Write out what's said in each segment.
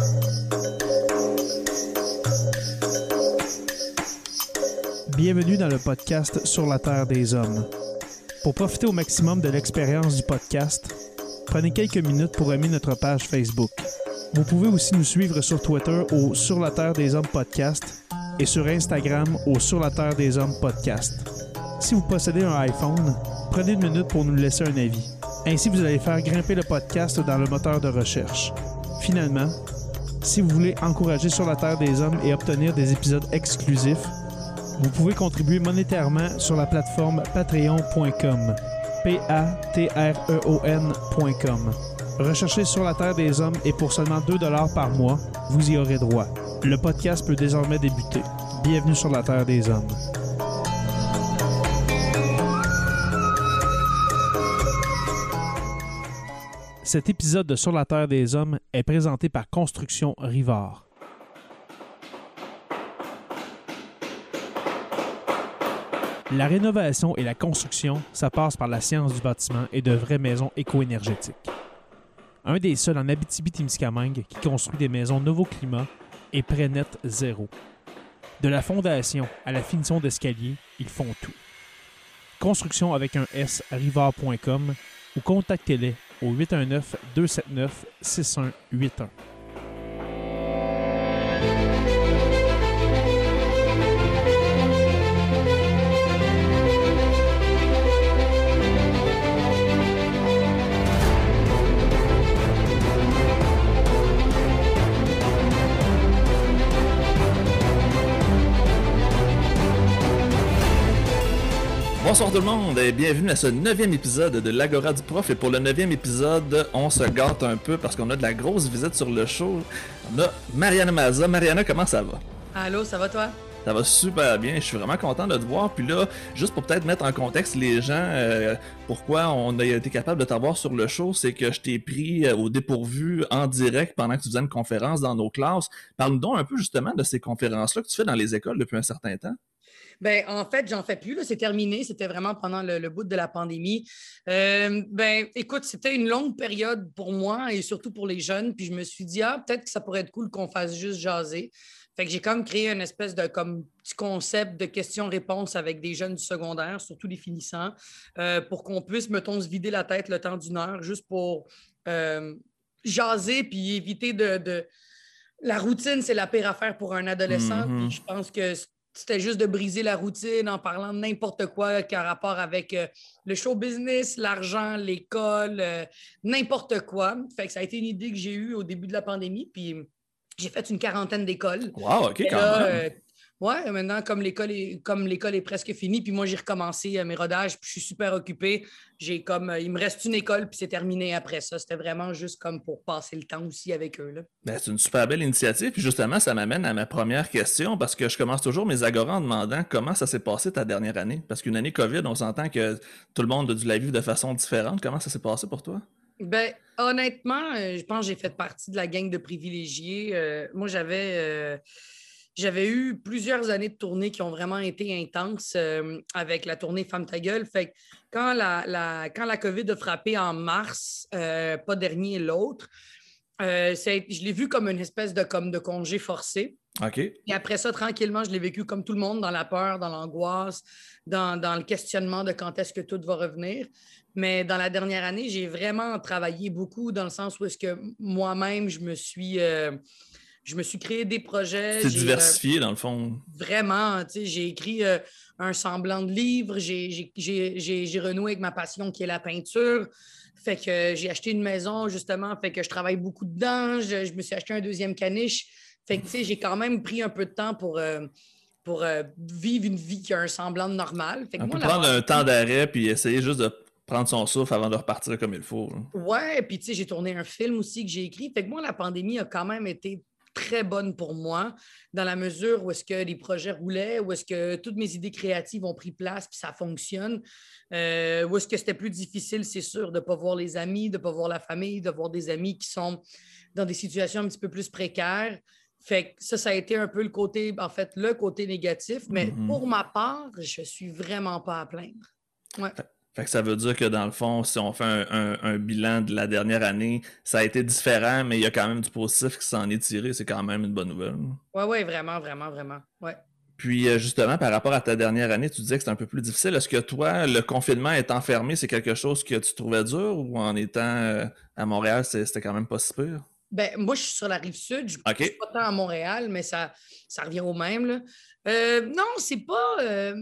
Bienvenue dans le podcast Sur la Terre des Hommes. Pour profiter au maximum de l'expérience du podcast, prenez quelques minutes pour aimer notre page Facebook. Vous pouvez aussi nous suivre sur Twitter au Sur la Terre des Hommes podcast et sur Instagram au Sur la Terre des Hommes podcast. Si vous possédez un iPhone, prenez une minute pour nous laisser un avis. Ainsi, vous allez faire grimper le podcast dans le moteur de recherche. Finalement, si vous voulez encourager Sur la Terre des Hommes et obtenir des épisodes exclusifs, vous pouvez contribuer monétairement sur la plateforme patreon.com. patreon.com. Recherchez Sur la Terre des Hommes et pour seulement 2$ par mois, vous y aurez droit. Le podcast peut désormais débuter. Bienvenue sur la Terre des Hommes. Cet épisode de Sur la Terre des Hommes est présenté par Construction Rivard. La rénovation et la construction, ça passe par la science du bâtiment et de vraies maisons éco-énergétiques. Un des seuls en Abitibi-Témiscamingue qui construit des maisons Novoclimat et Prénet Zéro. De la fondation à la finition d'escalier, ils font tout. Construction avec un S à rivard.com ou contactez-les au 819-279-6181. Bonsoir tout le monde et bienvenue à ce 9e épisode de l'Agora du Prof. Et pour le 9e épisode, on se gâte un peu parce qu'on a de la grosse visite sur le show. On a Mariana Maza. Mariana, comment ça va? Allô, ça va toi? Ça va super bien, je suis vraiment content de te voir. Puis là, juste pour peut-être mettre en contexte les gens, pourquoi on a été capable de t'avoir sur le show, c'est que je t'ai pris au dépourvu en direct pendant que tu faisais une conférence dans nos classes. Parle-nous donc un peu justement de ces conférences-là que tu fais dans les écoles depuis un certain temps. Ben, en fait, j'en fais plus, là, c'est terminé. C'était vraiment pendant le bout de la pandémie. Écoute, c'était une longue période pour moi et surtout pour les jeunes. Puis je me suis dit, peut-être que ça pourrait être cool qu'on fasse juste jaser. Fait que j'ai comme créé une espèce de petit concept de questions-réponses avec des jeunes du secondaire, surtout les finissants, pour qu'on puisse, mettons, se vider la tête le temps d'une heure, juste pour jaser puis éviter de... La routine, c'est la pire affaire pour un adolescent. Puis je pense que c'était juste de briser la routine en parlant de n'importe quoi qui a rapport avec le show business, l'argent, l'école, n'importe quoi. Fait que ça a été une idée que j'ai eue au début de la pandémie, puis j'ai fait une 40aine d'écoles. Wow, OK, quand même. Ouais, maintenant, comme l'école est presque finie, puis moi, j'ai recommencé mes rodages, puis je suis super occupé. Il me reste une école, puis c'est terminé après ça. C'était vraiment juste comme pour passer le temps aussi avec eux, là. Ben, c'est une super belle initiative. Puis justement, ça m'amène à ma première question, parce que je commence toujours mes agoras en demandant comment ça s'est passé ta dernière année. Parce qu'une année COVID, on s'entend que tout le monde a dû la vivre de façon différente. Comment ça s'est passé pour toi? Ben, honnêtement, je pense que j'ai fait partie de la gang de privilégiés. Moi, j'avais eu plusieurs années de tournée qui ont vraiment été intenses avec la tournée Femme ta gueule. Fait que quand la COVID a frappé en mars, pas dernier l'autre, je l'ai vu comme une espèce de congé forcé. OK. Et après ça, tranquillement, je l'ai vécu comme tout le monde, dans la peur, dans l'angoisse, dans le questionnement de quand est-ce que tout va revenir. Mais dans la dernière année, j'ai vraiment travaillé beaucoup dans le sens où est-ce que moi-même, je me suis créé des projets. C'est diversifié, dans le fond. Vraiment, tu sais, j'ai écrit un semblant de livre, j'ai renoué avec ma passion qui est la peinture. Fait que j'ai acheté une maison, justement, fait que je travaille beaucoup dedans. Je me suis acheté un deuxième caniche. Fait que, tu sais, j'ai quand même pris un peu de temps pour vivre une vie qui a un semblant de normal. Fait que On moi, peut prendre un temps d'arrêt puis essayer juste de prendre son souffle avant de repartir comme il faut. Ouais, puis tu sais, j'ai tourné un film aussi que j'ai écrit. Fait que moi, la pandémie a quand même été très bonne pour moi, dans la mesure où est-ce que les projets roulaient, où est-ce que toutes mes idées créatives ont pris place puis ça fonctionne, où est-ce que c'était plus difficile, c'est sûr, de ne pas voir les amis, de ne pas voir la famille, de voir des amis qui sont dans des situations un petit peu plus précaires. Fait que ça a été un peu le côté négatif, mais pour ma part, je suis vraiment pas à plaindre. Ouais. Fait que ça veut dire que dans le fond, si on fait un bilan de la dernière année, ça a été différent, mais il y a quand même du positif qui s'en est tiré. C'est quand même une bonne nouvelle. Ouais, vraiment, vraiment, vraiment. Ouais. Puis justement, par rapport à ta dernière année, tu disais que c'était un peu plus difficile. Est-ce que toi, le confinement étant fermé, c'est quelque chose que tu trouvais dur ou en étant à Montréal, c'était quand même pas si pire? Ben, moi, je suis sur la rive sud. Je ne suis OK. pas tant à Montréal, mais ça revient au même, là. Non, c'est pas.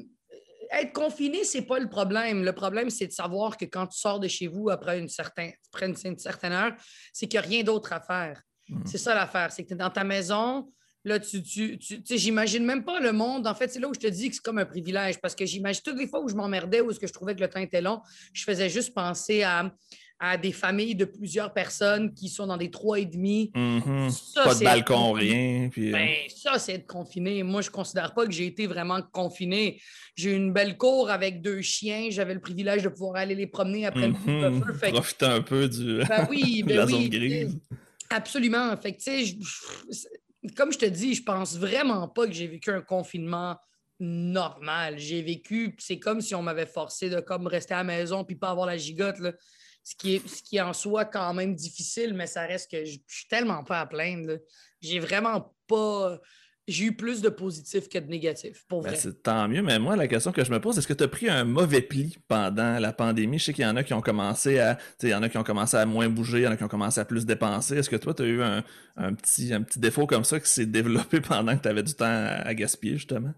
Être confiné, c'est pas le problème. Le problème, c'est de savoir que quand tu sors de chez vous après une certaine heure, c'est qu'il n'y a rien d'autre à faire. C'est ça l'affaire. C'est que tu es dans ta maison. Là, tu sais, j'imagine même pas le monde. En fait, c'est là où je te dis que c'est comme un privilège parce que j'imagine toutes les fois où je m'emmerdais ou où je trouvais que le temps était long, je faisais juste penser à des familles de plusieurs personnes qui sont dans des 3,5. Ça, Pas de c'est être balcon, confiné. rien. Puis, Ben, ça, c'est être confiné. Moi, je ne considère pas que j'ai été vraiment confiné. J'ai eu une belle cour avec 2 chiens. J'avais le privilège de pouvoir aller les promener après le couvre-feu. profiter un peu Ben oui, de la zone tu sais, grise. absolument. Fait que, tu sais, comme je te dis, je pense vraiment pas que j'ai vécu un confinement normal. J'ai vécu, c'est comme si on m'avait forcé de comme rester à la maison puis pas avoir la gigote, là. Ce qui est en soi quand même difficile, mais ça reste que je suis tellement pas à plaindre, là. J'ai vraiment pas. J'ai eu plus de positifs que de négatifs, pour Ben, vrai. c'est tant mieux, mais moi, la question que je me pose, est-ce que tu as pris un mauvais pli pendant la pandémie? Je sais qu'il y en a qui ont commencé à. Tu sais, il y en a qui ont commencé à moins bouger, il y en a qui ont commencé à plus dépenser. Est-ce que toi, tu as eu un petit défaut comme ça qui s'est développé pendant que tu avais du temps à gaspiller, justement?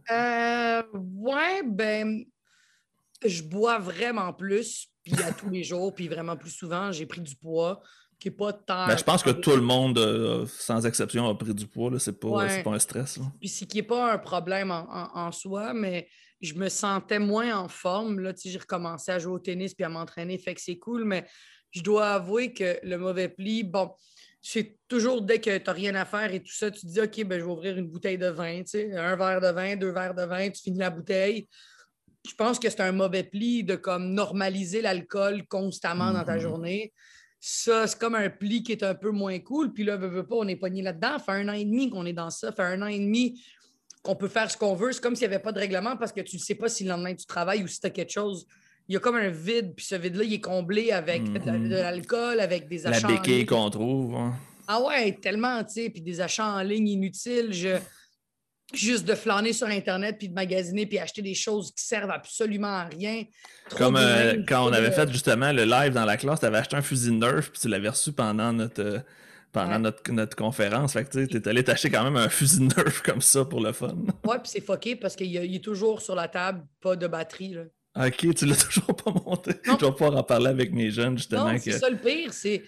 Ouais, ben, je bois vraiment plus, puis à tous les jours, puis vraiment plus souvent. J'ai pris du poids, qui n'est pas Ben, tant. je pense que tout le monde, sans exception, a pris du poids, là. C'est pas Ouais. un stress, là. Puis ce qui n'est pas un problème en soi, mais je me sentais moins en forme. Là, tu sais, j'ai recommencé à jouer au tennis puis à m'entraîner, fait que c'est cool, mais je dois avouer que le mauvais pli, bon, c'est toujours dès que tu n'as rien à faire et tout ça, tu te dis, OK, ben, je vais ouvrir une bouteille de vin, tu sais, un verre de vin, 2 verres de vin, tu finis la bouteille. Je pense que c'est un mauvais pli de comme normaliser l'alcool constamment dans ta journée. Ça, c'est comme un pli qui est un peu moins cool. Puis là, veut pas, on est pogné là-dedans. Ça fait 1 an et demi qu'on est dans ça. Ça fait 1 an et demi qu'on peut faire ce qu'on veut. C'est comme s'il n'y avait pas de règlement parce que tu ne sais pas si le lendemain tu travailles ou si tu as quelque chose. Il y a comme un vide. Puis ce vide-là, il est comblé avec de l'alcool, avec des La achats en béquille ligne. qu'on trouve, hein. Ah ouais, tellement, tu sais. Puis des achats en ligne inutiles. Juste de flâner sur Internet, puis de magasiner, puis acheter des choses qui servent absolument à rien. Trop Comme de linge, quand trop on avait de... fait justement le live dans la classe, tu avais acheté un fusil Nerf, puis tu l'avais reçu pendant Ouais. notre conférence. Fait que tu es allé t'acheter quand même un fusil Nerf comme ça pour le fun. Ouais, puis c'est fucké parce qu'il est toujours sur la table, pas de batterie, là. Ok, tu l'as toujours pas monté. Non, Je vais pouvoir en parler avec mes jeunes, non, justement. c'est ça le pire,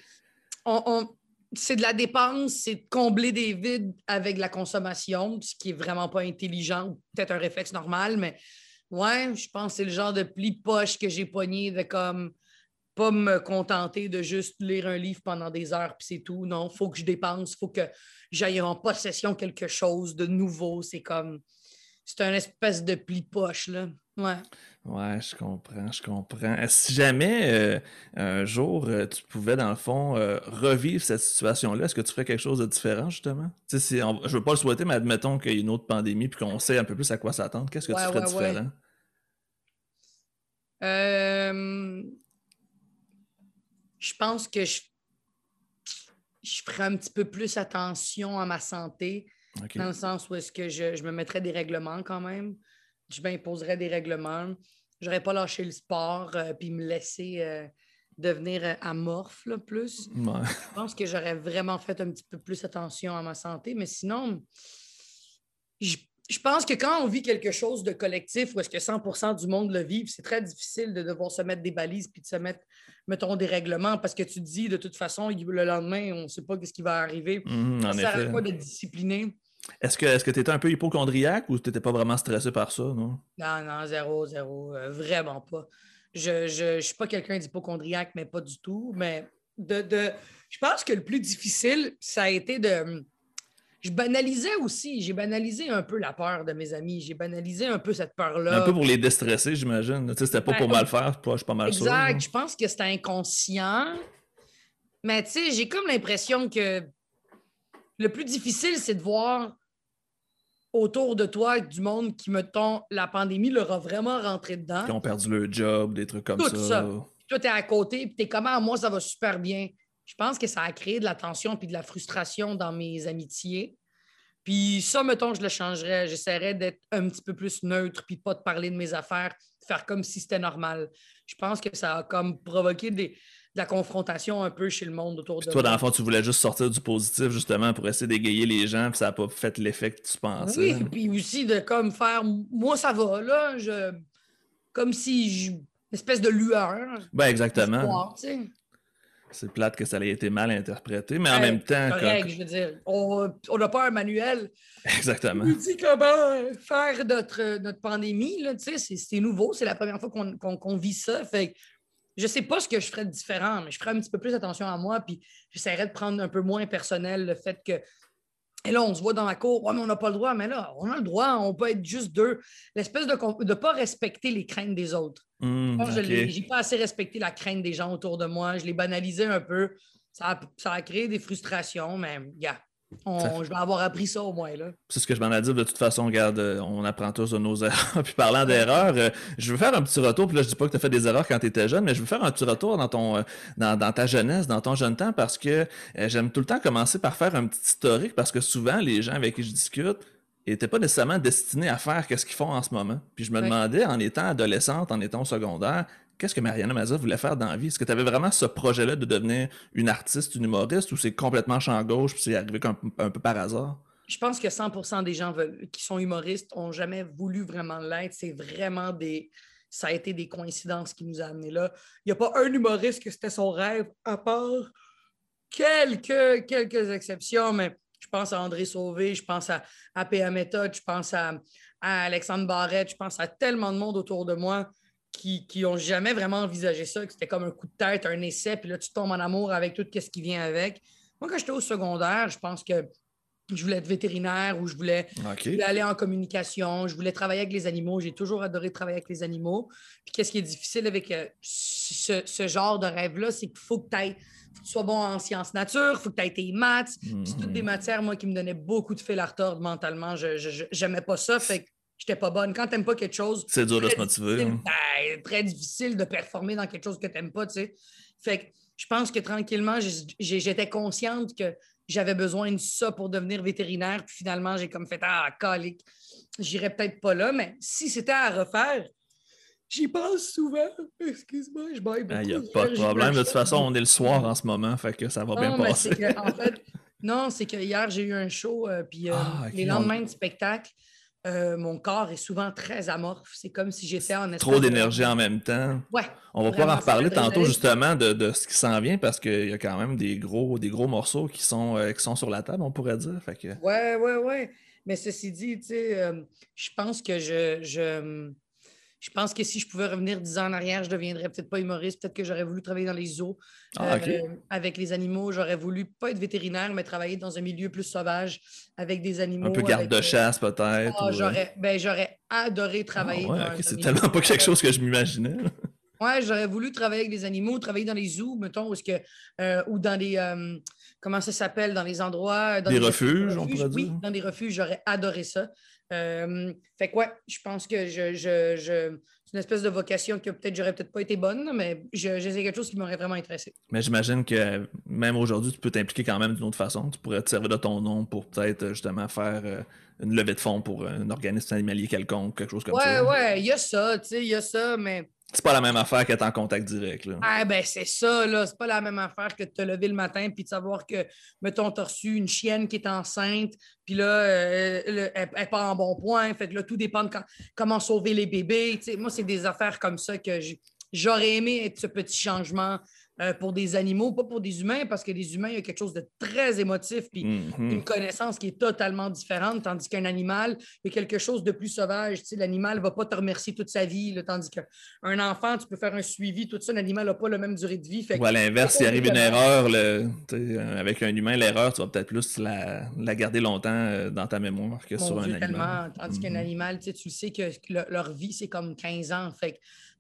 c'est de la dépense, c'est de combler des vides avec de la consommation, ce qui est vraiment pas intelligent, ou peut-être un réflexe normal, mais ouais, je pense que c'est le genre de pli poche que j'ai pogné de comme pas me contenter de juste lire un livre pendant des heures, puis c'est tout. Non, il faut que je dépense, il faut que j'aille en possession quelque chose de nouveau. C'est un espèce de pli poche, là. Ouais. Ouais, je comprends, je comprends. Si jamais un jour tu pouvais, dans le fond, revivre cette situation-là, est-ce que tu ferais quelque chose de différent, justement? Tu sais, je veux pas le souhaiter, mais admettons qu'il y ait une autre pandémie puis qu'on sait un peu plus à quoi s'attendre, qu'est-ce que tu Ouais, ferais ouais, ouais. différent? Euh, je pense que je ferais un petit peu plus attention à ma santé, OK. dans le sens où est-ce que je me mettrais des règlements quand même. Je m'imposerais des règlements. Je n'aurais pas lâché le sport puis me laisser devenir amorphe là, plus. Ouais. Je pense que j'aurais vraiment fait un petit peu plus attention à ma santé, mais sinon, je pense que quand on vit quelque chose de collectif où est-ce que 100% du monde le vit, c'est très difficile de devoir se mettre des balises puis de se mettre, mettons, des règlements parce que tu te dis, de toute façon, le lendemain, on ne sait pas ce qui va arriver. Ça En sert à effet. quoi d'être discipliné? Est-ce que tu étais un peu hypochondriaque ou tu n'étais pas vraiment stressé par ça, non? Non, non, zéro, zéro, vraiment pas. Je suis pas quelqu'un d'hypochondriaque, mais pas du tout. Mais je pense que le plus difficile, ça a été de... Je banalisais aussi, j'ai banalisé un peu la peur de mes amis, j'ai banalisé un peu cette Un peu peur-là. pour les déstresser, j'imagine. Tu sais, c'était pas Ben, pour mal faire, je suis pas mal sûr, là. exact, je pense que c'était inconscient, mais tu sais, j'ai comme l'impression que le plus difficile, c'est de voir autour de toi du monde qui, mettons, la pandémie leur a vraiment rentré dedans. Qui ont perdu leur job, des trucs comme Tout ça. Puis toi, t'es à côté, puis t'es comment? Moi, ça va super bien. Je pense que ça a créé de la tension puis de la frustration dans mes amitiés. Puis ça, mettons, je le changerais. J'essaierais d'être un petit peu plus neutre puis pas de parler de mes affaires, faire comme si c'était normal. Je pense que ça a comme provoqué de la confrontation un peu chez le monde autour de toi, dans moi. le fond, tu voulais juste sortir du positif, justement, pour essayer d'égayer les gens, puis ça n'a pas fait l'effet que tu pensais. Oui, puis aussi de comme faire, moi, ça va, là, comme si une espèce de lueur. Ben, exactement. Espoir, tu sais. C'est plate que ça ait été mal interprété, mais en même temps... Correct, je veux dire, on n'a pas un manuel Exactement. qui nous dit comment faire notre pandémie, là, tu sais, c'est nouveau, c'est la première fois qu'on vit ça, fait que je sais pas ce que je ferais de différent, mais je ferais un petit peu plus attention à moi, puis j'essaierais de prendre un peu moins personnel le fait que et là, on se voit dans la cour, ouais, mais on n'a pas le droit. Mais là, on a le droit, on peut être juste deux. L'espèce de ne pas respecter les craintes des autres. Je pense que je n'ai pas assez respecté la crainte des gens autour de moi. Je l'ai banalisé un peu. Ça a créé des frustrations, mais gars, je vais avoir appris ça au moins. Là. C'est ce que je m'en ai dit. De toute façon, regarde, on apprend tous de nos erreurs. Puis parlant d'erreurs, je veux faire un petit retour. Puis là, je dis pas que tu as fait des erreurs quand tu étais jeune, mais je veux faire un petit retour dans ta jeunesse, dans ton jeune temps, parce que j'aime tout le temps commencer par faire un petit historique, parce que souvent, les gens avec qui je discute n'étaient pas nécessairement destinés à faire ce qu'ils font en ce moment. Puis je me demandais, en étant adolescente, en étant au secondaire, qu'est-ce que Mariana Mazza voulait faire dans la vie? Est-ce que tu avais vraiment ce projet-là de devenir une artiste, une humoriste, ou c'est complètement champ gauche puis c'est arrivé un peu par hasard? Je pense que 100% des gens qui sont humoristes n'ont jamais voulu vraiment l'être. C'est vraiment ça a été des coïncidences qui nous a amenés là. Il n'y a pas un humoriste que c'était son rêve, à part quelques exceptions, mais je pense à André Sauvé, je pense à P.A. Méthode, je pense à Alexandre Barrette, je pense à tellement de monde autour de moi qui n'ont jamais vraiment envisagé ça, que c'était comme un coup de tête, un essai, puis là, tu tombes en amour avec tout ce qui vient avec. Moi, quand j'étais au secondaire, je pense que je voulais être vétérinaire ou je voulais aller en communication, je voulais travailler avec les animaux. J'ai toujours adoré travailler avec les animaux. Puis qu'est-ce qui est difficile avec ce genre de rêve-là, c'est qu'il faut que tu sois bon en sciences nature, il faut que tu aies tes maths. C'est toutes des matières, moi, qui me donnaient beaucoup de fil à retordre mentalement. Je n'aimais pas ça, fait que j'étais pas bonne. Quand tu n'aimes pas quelque chose, c'est dur de se motiver. Très difficile de performer dans quelque chose que tu n'aimes pas, tu sais. Fait que je pense que tranquillement, j'étais consciente que j'avais besoin de ça pour devenir vétérinaire. Puis finalement, j'ai comme fait calique. J'irais peut-être pas là, mais si c'était à refaire, j'y pense souvent. Excuse-moi, je baille beaucoup. Il n'y a pas de problème. De toute façon, on est le soir en ce moment, fait que ça va bien passer. C'est que hier, j'ai eu un show, puis les lendemains de spectacle, mon corps est souvent très amorphe. C'est comme si j'étais en espèce trop d'énergie en même temps. Ouais. On va pouvoir en reparler tantôt justement de ce qui s'en vient parce qu'il y a quand même des gros morceaux qui sont sur la table, on pourrait dire. Fait que... Ouais. Mais ceci dit, tu sais, je pense que je pense que si je pouvais revenir 10 ans en arrière, je ne deviendrais peut-être pas humoriste. Peut-être que j'aurais voulu travailler dans les zoos avec les animaux. J'aurais voulu pas être vétérinaire, mais travailler dans un milieu plus sauvage avec des animaux. Un peu garde-chasse peut-être. J'aurais adoré travailler c'est tellement pas quelque chose que je m'imaginais. Ouais, j'aurais voulu travailler avec des animaux, travailler dans les zoos, mettons, ou dans des... comment ça s'appelle? Dans les endroits... Dans des refuges, on pourrait dire. Oui, dans des refuges, j'aurais adoré ça. Fait que ouais, je pense que c'est une espèce de vocation que j'aurais peut-être pas été bonne, mais c'est quelque chose qui m'aurait vraiment intéressé. Mais j'imagine que même aujourd'hui, tu peux t'impliquer quand même d'une autre façon. Tu pourrais te servir de ton nom pour peut-être justement faire une levée de fonds pour un organisme animalier quelconque, quelque chose comme ça. Ouais, il y a ça, tu sais, il y a ça, mais... C'est pas la même affaire qu'être en contact direct. Là. C'est ça, là. C'est pas la même affaire que de te lever le matin puis de savoir que, mettons, t'as reçu une chienne qui est enceinte, puis là, elle n'est pas en bon point. Fait que là, tout dépend de comment sauver les bébés. T'sais, moi, c'est des affaires comme ça que j'aurais aimé être ce petit changement pour des animaux, pas pour des humains, parce que les humains, il y a quelque chose de très émotif, puis une connaissance qui est totalement différente, tandis qu'un animal, il y a quelque chose de plus sauvage. Tu sais, l'animal ne va pas te remercier toute sa vie, là, tandis qu'un enfant, tu peux faire un suivi, tout ça, l'animal n'a pas la même durée de vie. Fait à l'inverse, s'il arrive une erreur, avec un humain, l'erreur, tu vas peut-être plus la garder longtemps dans ta mémoire que sur un animal. Tandis qu'un animal, tu sais que leur vie, c'est comme 15 ans. Fait que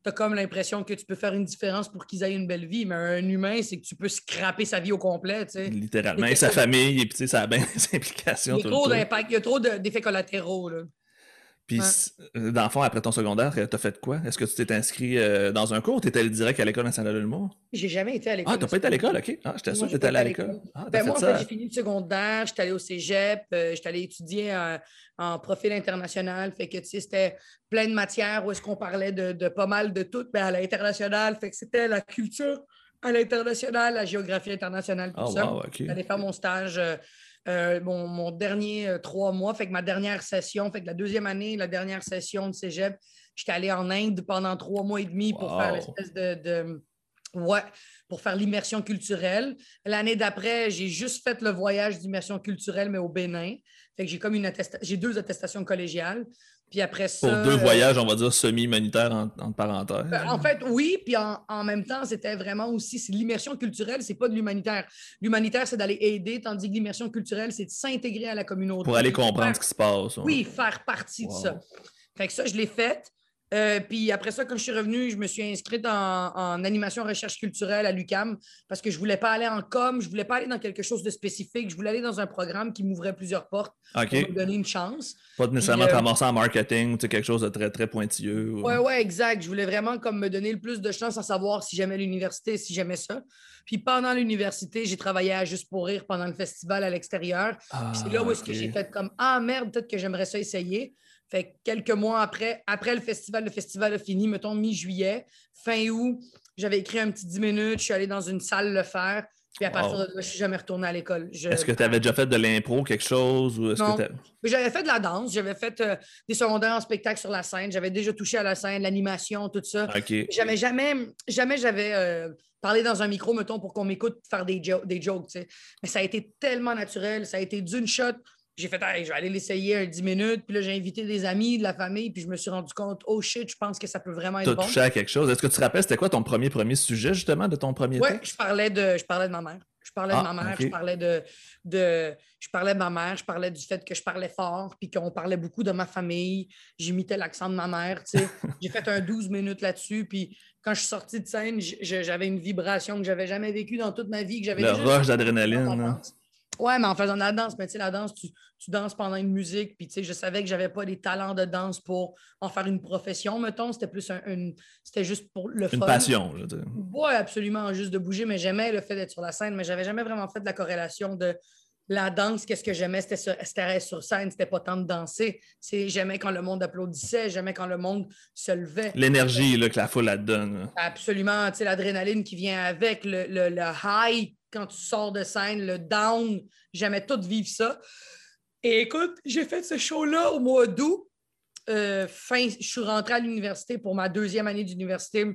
tu as comme l'impression que tu peux faire une différence pour qu'ils aient une belle vie. Mais un humain, c'est que tu peux scraper sa vie au complet. T'sais. Littéralement. Et sa famille, et puis ça a bien des implications. Il y a trop d'impact, il y a trop d'effets collatéraux. Là. Puis, dans le fond, après ton secondaire, t'as fait quoi? Est-ce que tu t'es inscrit dans un cours ou t'étais allé direct à l'École nationale de l'humour? J'ai jamais été à l'école. Ah, t'as pas été à l'école, OK. Ah, j'étais sûr que t'étais allé à l'école. Ah, moi, en fait, j'ai fini le secondaire, j'étais allé au cégep, j'étais allé étudier en profil international. Fait que, tu sais, c'était plein de matières où est-ce qu'on parlait de pas mal de tout, mais à l'international. Fait que c'était la culture à l'international, la géographie internationale, tout ça. Wow, OK. J'allais faire mon stage... mon dernier 3 mois, fait que ma dernière session, fait que la deuxième année, la dernière session de cégep, j'étais allé en Inde pendant 3 mois et demi pour faire l'espèce pour faire l'immersion culturelle. L'année d'après, j'ai juste fait le voyage d'immersion culturelle, mais au Bénin. Fait que j'ai comme j'ai 2 attestations collégiales. Puis après ça... Pour 2 voyages, on va dire, semi-humanitaires entre parenthèses. En fait, oui, puis en même temps, c'était vraiment aussi... L'immersion culturelle, c'est pas de l'humanitaire. L'humanitaire, c'est d'aller aider, tandis que l'immersion culturelle, c'est de s'intégrer à la communauté. Pour aller comprendre ce qui se passe. Oui, faire partie de ça. Fait que ça, je l'ai fait. Puis après ça, quand je suis revenue, je me suis inscrite en animation recherche culturelle à l'UQAM parce que je ne voulais pas aller en com, je ne voulais pas aller dans quelque chose de spécifique, je voulais aller dans un programme qui m'ouvrait plusieurs portes pour me donner une chance. Pas nécessairement te ramasser en marketing ou quelque chose de très, très pointilleux. Oui, exact. Je voulais vraiment comme me donner le plus de chance à savoir si j'aimais l'université, si j'aimais ça. Puis pendant l'université, j'ai travaillé à Juste pour rire pendant le festival à l'extérieur. Puis c'est là où est-ce que j'ai fait comme « Ah merde, peut-être que j'aimerais ça essayer ». Fait que quelques mois après le festival a fini, mettons mi-juillet, fin août, j'avais écrit un petit 10 minutes, je suis allé dans une salle le faire, puis à partir de là, je ne suis jamais retourné à l'école. Est-ce que tu avais déjà fait de l'impro, quelque chose? Ou non, mais j'avais fait de la danse, j'avais fait des secondaires en spectacle sur la scène, j'avais déjà touché à la scène, l'animation, tout ça. Okay. Jamais j'avais parlé dans un micro, mettons, pour qu'on m'écoute faire des jokes, tu sais. Mais ça a été tellement naturel, ça a été d'une shot. J'ai fait, hey, je vais aller l'essayer un 10 minutes. Puis là, j'ai invité des amis, de la famille. Puis je me suis rendu compte, oh shit, je pense que ça peut vraiment être bon. Tu as touché à quelque chose. Est-ce que tu te rappelles, c'était quoi ton premier sujet, justement, de ton premier texte? Oui, je parlais de ma mère. Je parlais de ma mère. Okay. Je parlais de ma mère. Je parlais du fait que je parlais fort. Puis qu'on parlait beaucoup de ma famille. J'imitais l'accent de ma mère. Tu sais. J'ai fait un 12 minutes là-dessus. Puis quand je suis sorti de scène, j'avais une vibration que je n'avais jamais vécue dans toute ma vie. Que le rush d'adrénaline. Ouais, mais en faisant de la danse, mais tu sais, la danse, tu danses pendant une musique, puis tu sais, je savais que j'avais pas des talents de danse pour en faire une profession, mettons, c'était plus c'était juste pour le fun. Une passion, là. Ouais, absolument, juste de bouger, mais j'aimais le fait d'être sur la scène, mais j'avais jamais vraiment fait de la corrélation de la danse, qu'est-ce que j'aimais, c'était sur scène, c'était pas tant de danser, j'aimais quand le monde applaudissait, j'aimais quand le monde se levait. L'énergie là, que la foule la donne. Là. Absolument, tu sais, l'adrénaline qui vient avec, le high quand tu sors de scène, le down, j'aimais tout vivre ça. Et écoute, j'ai fait ce show-là au mois d'août. Je suis rentrée à l'université pour ma 2e année d'université.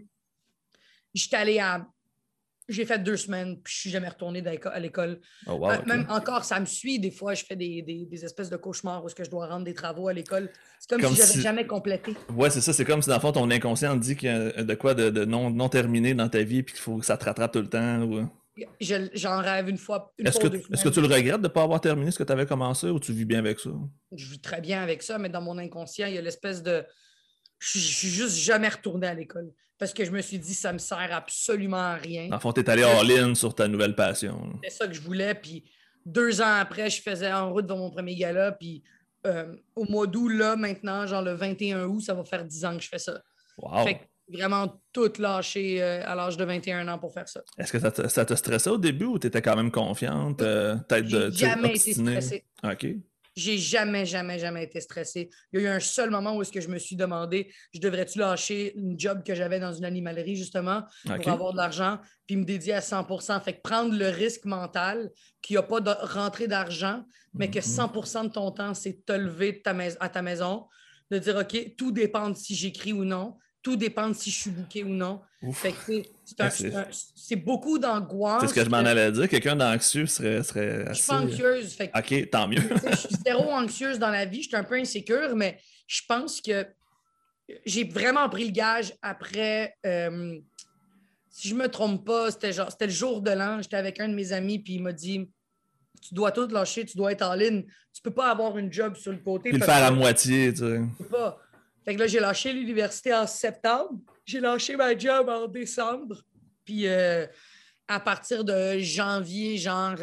J'ai fait 2 semaines, puis je suis jamais retournée à l'école. Oh, wow, okay. Même encore, ça me suit. Des fois, je fais des espèces de cauchemars où est-ce que je dois rendre des travaux à l'école. C'est comme si j'avais jamais complété. Ouais, c'est ça. C'est comme si, dans le fond, ton inconscient dit qu'il y a de quoi de non terminé dans ta vie, puis qu'il faut que ça te rattrape tout le temps. Ou... J'en rêve une fois. Est-ce que tu le regrettes de ne pas avoir terminé ce que tu avais commencé ou tu vis bien avec ça? Je vis très bien avec ça, mais dans mon inconscient, il y a l'espèce de... Je suis juste jamais retourné à l'école parce que je me suis dit ça me sert absolument à rien. En fond, tu es allé all-in sur ta nouvelle passion. C'est ça que je voulais. Puis 2 ans après, je faisais en route vers mon premier gala. Puis au mois d'août, là, maintenant, genre le 21 août, ça va faire 10 ans que je fais ça. Wow. Fait que vraiment tout lâché à l'âge de 21 ans pour faire ça. Est-ce que ça te stressait au début ou tu étais quand même confiante? J'ai jamais été stressée. OK. J'ai jamais été stressée. Il y a eu un seul moment où est-ce que je me suis demandé, je devrais-tu lâcher une job que j'avais dans une animalerie, justement, pour avoir de l'argent, puis me dédier à 100%. Fait que prendre le risque mental qu'il n'y a pas de rentrée d'argent, mais que 100% de ton temps, c'est te lever à ta maison, de dire, OK, tout dépend de si j'écris ou non. Tout dépend de si je suis booké ou non. Fait que c'est beaucoup d'angoisse. C'est ce que je m'en allais dire. Quelqu'un d'anxieux serait assez... Je suis pas anxieuse. Fait que, OK, tant mieux. Je suis zéro anxieuse dans la vie. Je suis un peu insécure, mais je pense que j'ai vraiment pris le gage après... si je me trompe pas, c'était le jour de l'an. J'étais avec un de mes amis, puis il m'a dit... Tu dois tout lâcher, tu dois être en ligne. Tu peux pas avoir une job sur le côté. Puis le faire à moitié, tu sais. Tu peux pas. Fait que là, j'ai lâché l'université en septembre. j'ai lâché ma job en décembre. Puis à partir de janvier,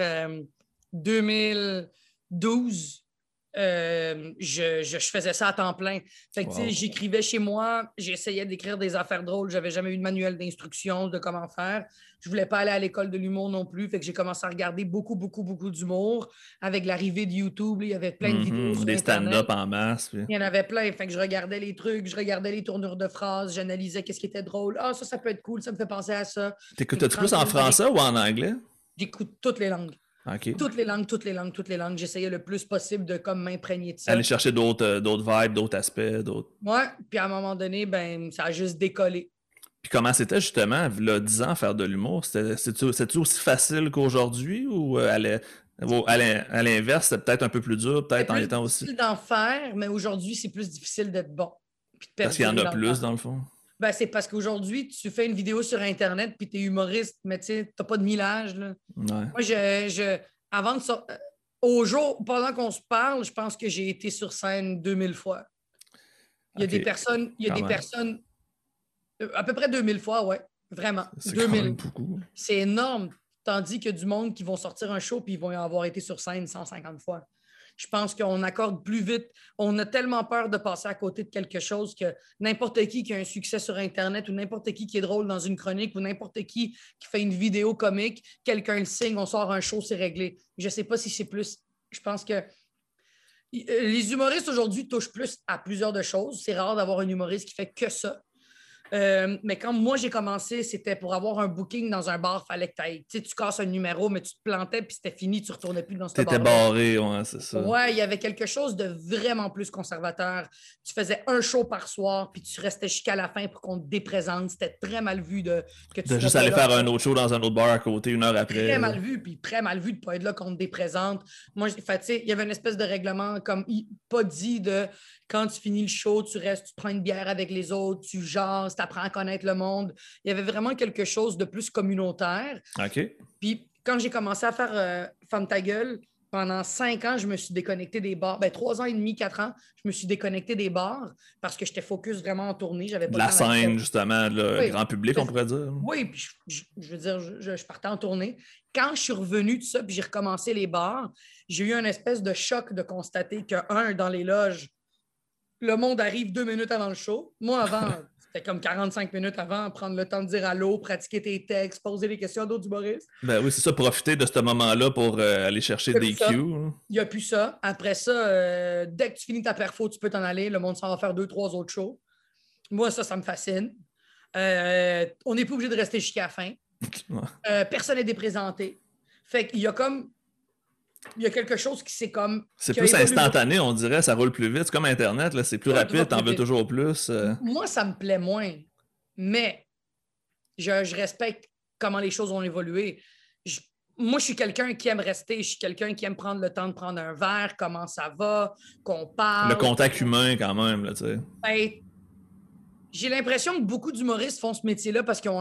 2012, je faisais ça à temps plein. Fait que, j'écrivais chez moi, j'essayais d'écrire des affaires drôles. J'avais jamais eu de manuel d'instruction de comment faire. Je voulais pas aller à l'école de l'humour non plus. Fait que j'ai commencé à regarder beaucoup d'humour. Avec l'arrivée de YouTube, il y avait plein de vidéos sur des Internet. stand-up en masse. Puis... Il y en avait plein. Fait que je regardais les trucs, je regardais les tournures de phrases, j'analysais qu'est-ce qui était drôle. Ah, ça peut être cool, ça me fait penser à ça. T'écoutes-tu plus en français ou en anglais? J'écoute toutes les langues. Okay. Toutes les langues. J'essayais le plus possible de comme m'imprégner de ça. Aller chercher d'autres vibes, d'autres aspects, d'autres. Ouais, puis à un moment donné, ben ça a juste décollé. Puis comment c'était justement, là, 10 ans, faire de l'humour? C'est-tu aussi facile qu'aujourd'hui ou à l'inverse, c'est peut-être un peu plus dur, peut-être en étant aussi. C'est difficile d'en faire, mais aujourd'hui, c'est plus difficile d'être bon. Parce qu'il y en a plus, dans le fond. Ben, c'est parce qu'aujourd'hui, tu fais une vidéo sur Internet puis tu es humoriste, mais tu sais, t'as pas de millage. Là. Ouais. Moi, avant de sortir, au jour, pendant qu'on se parle, je pense que j'ai été sur scène 2000 fois. Il y a des personnes, à peu près 2000 fois, ouais, vraiment. C'est 2000. quand même beaucoup. C'est énorme. Tandis qu'il y a du monde qui vont sortir un show puis ils vont y avoir été sur scène 150 fois. Je pense qu'on accorde plus vite. On a tellement peur de passer à côté de quelque chose que n'importe qui a un succès sur Internet ou n'importe qui est drôle dans une chronique ou n'importe qui fait une vidéo comique, quelqu'un le signe, on sort un show, c'est réglé. Je ne sais pas si c'est plus... Je pense que les humoristes aujourd'hui touchent plus à plusieurs de choses. C'est rare d'avoir un humoriste qui fait que ça. Mais quand moi j'ai commencé, c'était pour avoir un booking dans un bar, fallait que tu casses un numéro, mais tu te plantais puis c'était fini, tu ne retournais plus dans ce bar. T'étais barré, ouais, c'est ça. Ouais, il y avait quelque chose de vraiment plus conservateur. Tu faisais un show par soir puis tu restais jusqu'à la fin pour qu'on te déprésente. C'était très mal vu de juste aller faire un autre show dans un autre bar à côté une heure après. Très mal vu, puis très mal vu de ne pas être là qu'on te déprésente. Moi, il y avait une espèce de règlement comme pas dit de quand tu finis le show, tu restes, tu prends une bière avec les autres, tu jases, tu apprends à connaître le monde. Il y avait vraiment quelque chose de plus communautaire. OK. Puis quand j'ai commencé à faire Femme ta gueule, pendant 5 ans, je me suis déconnecté des bars. 3 ans et demi, 4 ans, je me suis déconnecté des bars parce que j'étais focus vraiment en tournée. J'avais pas la scène, justement, le grand public, on pourrait dire. Oui, puis je veux dire, je partais en tournée. Quand je suis revenu de ça, puis j'ai recommencé les bars, j'ai eu un espèce de choc de constater que, dans les loges, le monde arrive 2 minutes avant le show. Moi, avant, c'était comme 45 minutes avant, prendre le temps de dire allô, pratiquer tes textes, poser des questions à d'autres humoristes. Ben oui, c'est ça, profiter de ce moment-là pour aller chercher des cues. Il n'y a plus ça. Après ça, dès que tu finis ta perfo, tu peux t'en aller. Le monde s'en va faire 2-3 autres shows. Moi, ça me fascine. On n'est pas obligé de rester jusqu'à la fin. Personne n'est déprésenté. Fait qu'il y a comme... Il y a quelque chose qui c'est comme... C'est plus instantané, on dirait, ça roule plus vite. C'est comme Internet, là, c'est plus rapide, t'en veux toujours plus. Moi, ça me plaît moins. Mais je respecte comment les choses ont évolué. Moi, je suis quelqu'un qui aime rester, je suis quelqu'un qui aime prendre le temps de prendre un verre, comment ça va, qu'on parle. Le contact humain, quand même, là, tu sais. Ben, j'ai l'impression que beaucoup d'humoristes font ce métier-là parce qu'ils ont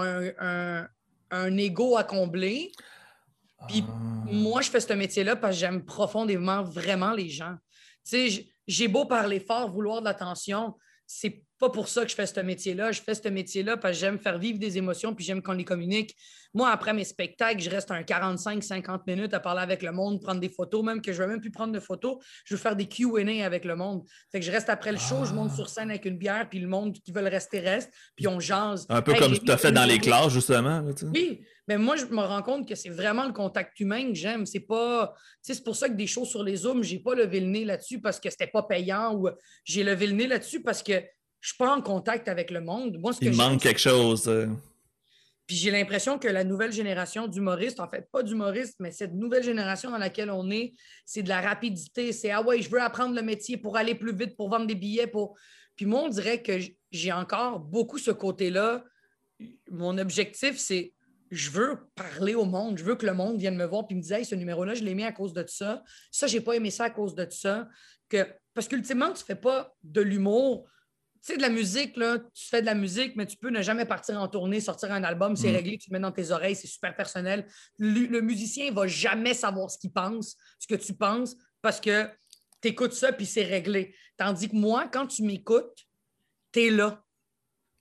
un ego à combler. Puis moi, je fais ce métier-là parce que j'aime profondément vraiment les gens. Tu sais, j'ai beau parler fort, vouloir de l'attention, c'est pas pour ça que je fais ce métier-là. Je fais ce métier-là parce que j'aime faire vivre des émotions puis j'aime qu'on les communique. Moi, après mes spectacles, je reste un 45-50 minutes à parler avec le monde, prendre des photos, même que je ne vais même plus prendre de photos. Je veux faire des Q&A avec le monde. Fait que je reste après le show, je monte sur scène avec une bière, puis le monde qui veut rester reste, puis on jase. Un peu comme tu as fait dans les classes, justement. Là, oui, mais moi, je me rends compte que c'est vraiment le contact humain que j'aime. C'est pas... c'est pour ça que des shows sur les Zooms, j'ai pas levé le nez là-dessus parce que c'était pas payant ou j'ai levé le nez là-dessus parce que je suis pas en contact avec le monde. Moi, il manque quelque chose. Puis j'ai l'impression que la nouvelle génération d'humoristes, en fait, pas d'humoristes, mais cette nouvelle génération dans laquelle on est, c'est de la rapidité. C'est « Ah ouais, je veux apprendre le métier pour aller plus vite, pour vendre des billets. » Puis moi, on dirait que j'ai encore beaucoup ce côté-là. Mon objectif, c'est je veux parler au monde. Je veux que le monde vienne me voir et me dise « Hey, ce numéro-là, je l'ai mis à cause de ça. Ça, j'ai pas aimé ça à cause de ça. » Parce qu'ultimement, tu fais pas de l'humour. Tu sais, de la musique, là, tu fais de la musique, mais tu peux ne jamais partir en tournée, sortir un album, c'est réglé, tu le mets dans tes oreilles, c'est super personnel. Le musicien ne va jamais savoir ce qu'il pense, ce que tu penses, parce que tu écoutes ça puis c'est réglé. Tandis que moi, quand tu m'écoutes, tu es là.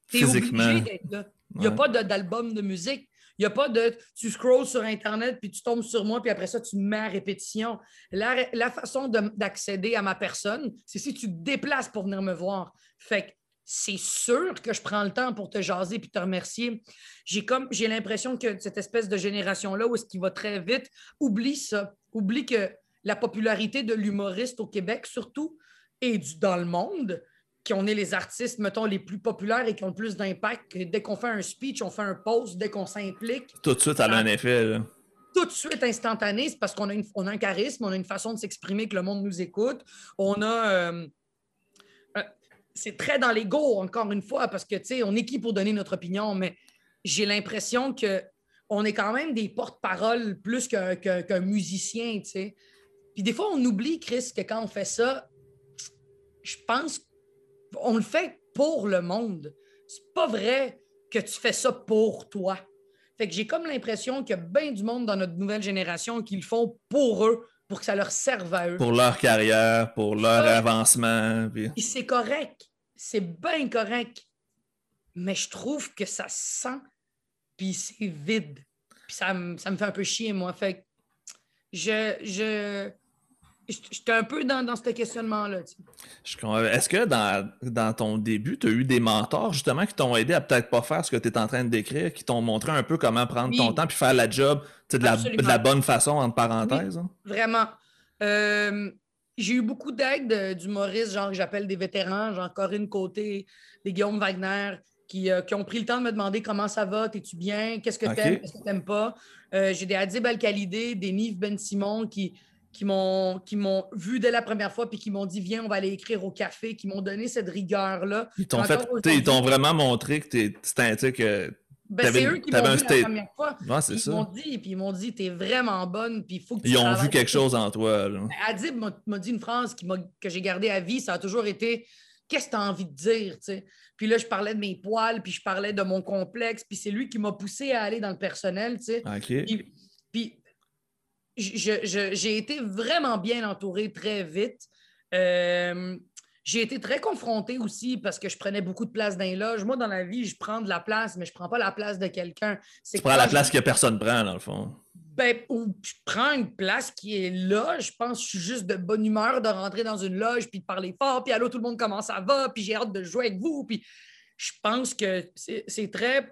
Tu es obligé d'être là. Il n'y a pas d'album de musique. Il n'y a pas de tu scrolls sur Internet, puis tu tombes sur moi, puis après ça, tu me mets à répétition. La façon d'accéder à ma personne, c'est si tu te déplaces pour venir me voir. Fait que c'est sûr que je prends le temps pour te jaser puis te remercier. J'ai l'impression que cette espèce de génération-là, où est-ce qu'il va très vite, oublie ça. Oublie que la popularité de l'humoriste au Québec, surtout, et dans le monde, qu'on est les artistes, mettons, les plus populaires et qui ont le plus d'impact. Dès qu'on fait un speech, on fait un post, dès qu'on s'implique. Tout de suite, ça a un effet. Là. Tout de suite instantané, c'est parce qu'on a, on a un charisme, on a une façon de s'exprimer que le monde nous écoute. On a... c'est très dans l'ego, encore une fois, parce que, tu sais, on est qui pour donner notre opinion, mais j'ai l'impression qu'on est quand même des porte-parole plus qu'un musicien, tu sais. Puis des fois, on oublie, Chris, que quand on fait ça, je pense qu'on le fait pour le monde. C'est pas vrai que tu fais ça pour toi. Fait que j'ai comme l'impression qu'il y a bien du monde dans notre nouvelle génération qui le font pour eux, pour que ça leur serve à eux. Pour leur carrière, pour leur avancement. Puis c'est correct. C'est bien correct. Mais je trouve que ça sent, puis c'est vide. Puis ça me fait un peu chier, moi. Fait que j'étais un peu dans ce questionnement-là. Est-ce que dans ton début, tu as eu des mentors justement qui t'ont aidé à peut-être pas faire ce que tu es en train de décrire, qui t'ont montré un peu comment prendre ton temps puis faire la job de la bonne façon, entre parenthèses? Oui, hein? Vraiment. J'ai eu beaucoup d'aide d'humoristes, genre que j'appelle des vétérans, genre Corinne Côté, des Guillaume Wagner, qui ont pris le temps de me demander comment ça va, t'es-tu bien, qu'est-ce que t'aimes, qu'est-ce que t'aimes pas. J'ai des Adib Al-Khalidé, des Nive Ben Simon qui m'ont vu dès la première fois puis qui m'ont dit viens, on va aller écrire au café, qui m'ont donné cette rigueur-là. Ils t'ont vraiment montré que c'était que c'est eux qui m'ont vu la première fois. Ouais, c'est ça. Ils m'ont dit t'es vraiment bonne, puis il faut que tu Ils ont vu quelque chose en toi. Là. Adib m'a dit une phrase que j'ai gardée à vie, ça a toujours été qu'est-ce que tu as envie de dire, tu sais. Puis là, je parlais de mes poils, puis je parlais de mon complexe, puis c'est lui qui m'a poussé à aller dans le personnel, tu sais. OK. Puis j'ai été vraiment bien entourée très vite. J'ai été très confrontée aussi parce que je prenais beaucoup de place dans les loges. Moi, dans la vie, je prends de la place, mais je ne prends pas la place de quelqu'un. Tu prends la place que personne prend, dans le fond. Ou je prends une place qui est là. Je pense que je suis juste de bonne humeur de rentrer dans une loge puis de parler fort. Puis allô, tout le monde, comment ça va? Puis j'ai hâte de jouer avec vous. Puis je pense que c'est très...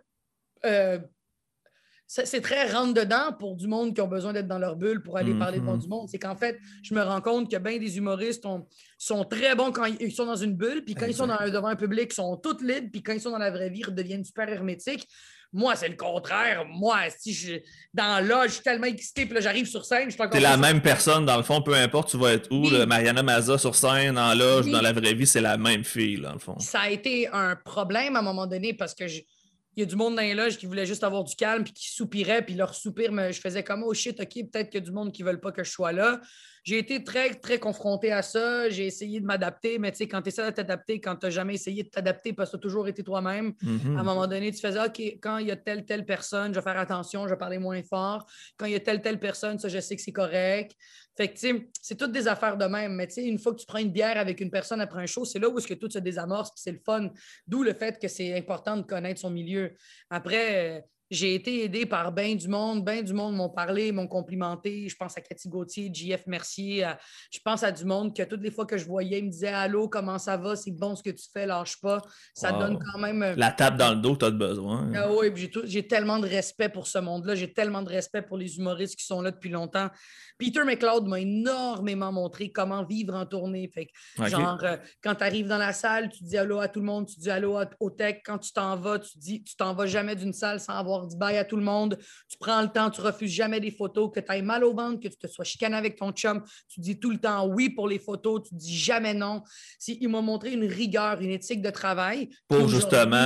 c'est très rentre-dedans pour du monde qui ont besoin d'être dans leur bulle pour aller parler devant du monde. C'est qu'en fait, je me rends compte que bien des humoristes sont très bons quand ils sont dans une bulle, puis quand ils sont devant un public, ils sont tous libres, puis quand ils sont dans la vraie vie, ils deviennent super hermétiques. Moi, c'est le contraire. Moi, si dans là, je suis tellement excité, puis là, j'arrive sur scène, je suis encore... T'es la même personne, dans le fond, peu importe tu vas être où. Oui. Mariana Maza sur scène, en loge, dans la vraie vie, c'est la même fille, dans le fond. Ça a été un problème à un moment donné, parce que il y a du monde dans les loges qui voulait juste avoir du calme puis qui soupirait, puis leur soupir, je faisais comme « Oh shit, OK, peut-être qu'il y a du monde qui ne veulent pas que je sois là. » J'ai été très, très confronté à ça. J'ai essayé de m'adapter, mais tu sais, quand tu essaies de t'adapter, quand tu n'as jamais essayé de t'adapter parce que tu as toujours été toi-même, à un moment donné, tu faisais « OK, quand il y a telle personne, je vais faire attention, je vais parler moins fort. Quand il y a telle personne, ça, je sais que c'est correct. » Fait que, tu sais, c'est toutes des affaires de même. Mais tu sais, une fois que tu prends une bière avec une personne après un show, c'est là où est-ce que tout se désamorce, puis c'est le fun. D'où le fait que c'est important de connaître son milieu. Après, j'ai été aidé par bien du monde m'ont parlé, m'ont complimenté. Je pense à Cathy Gauthier, JF Mercier. Je pense à du monde que toutes les fois que je voyais, ils me disaient « Allô, comment ça va? C'est bon ce que tu fais, lâche pas. » Ça donne quand même... La tape dans le dos, tu as besoin. Ah oui, j'ai tellement de respect pour ce monde-là. J'ai tellement de respect pour les humoristes qui sont là depuis longtemps. Peter McLeod m'a énormément montré comment vivre en tournée. Fait que, genre, quand tu arrives dans la salle, tu dis allô à tout le monde, tu dis allô au tech. Quand tu t'en vas, tu t'en vas jamais d'une salle sans avoir dit bye à tout le monde. Tu prends le temps, tu refuses jamais des photos, que tu ailles mal au ventre, que tu te sois chicané avec ton chum. Tu dis tout le temps oui pour les photos, tu dis jamais non. Il m'a montré une rigueur, une éthique de travail. Pour justement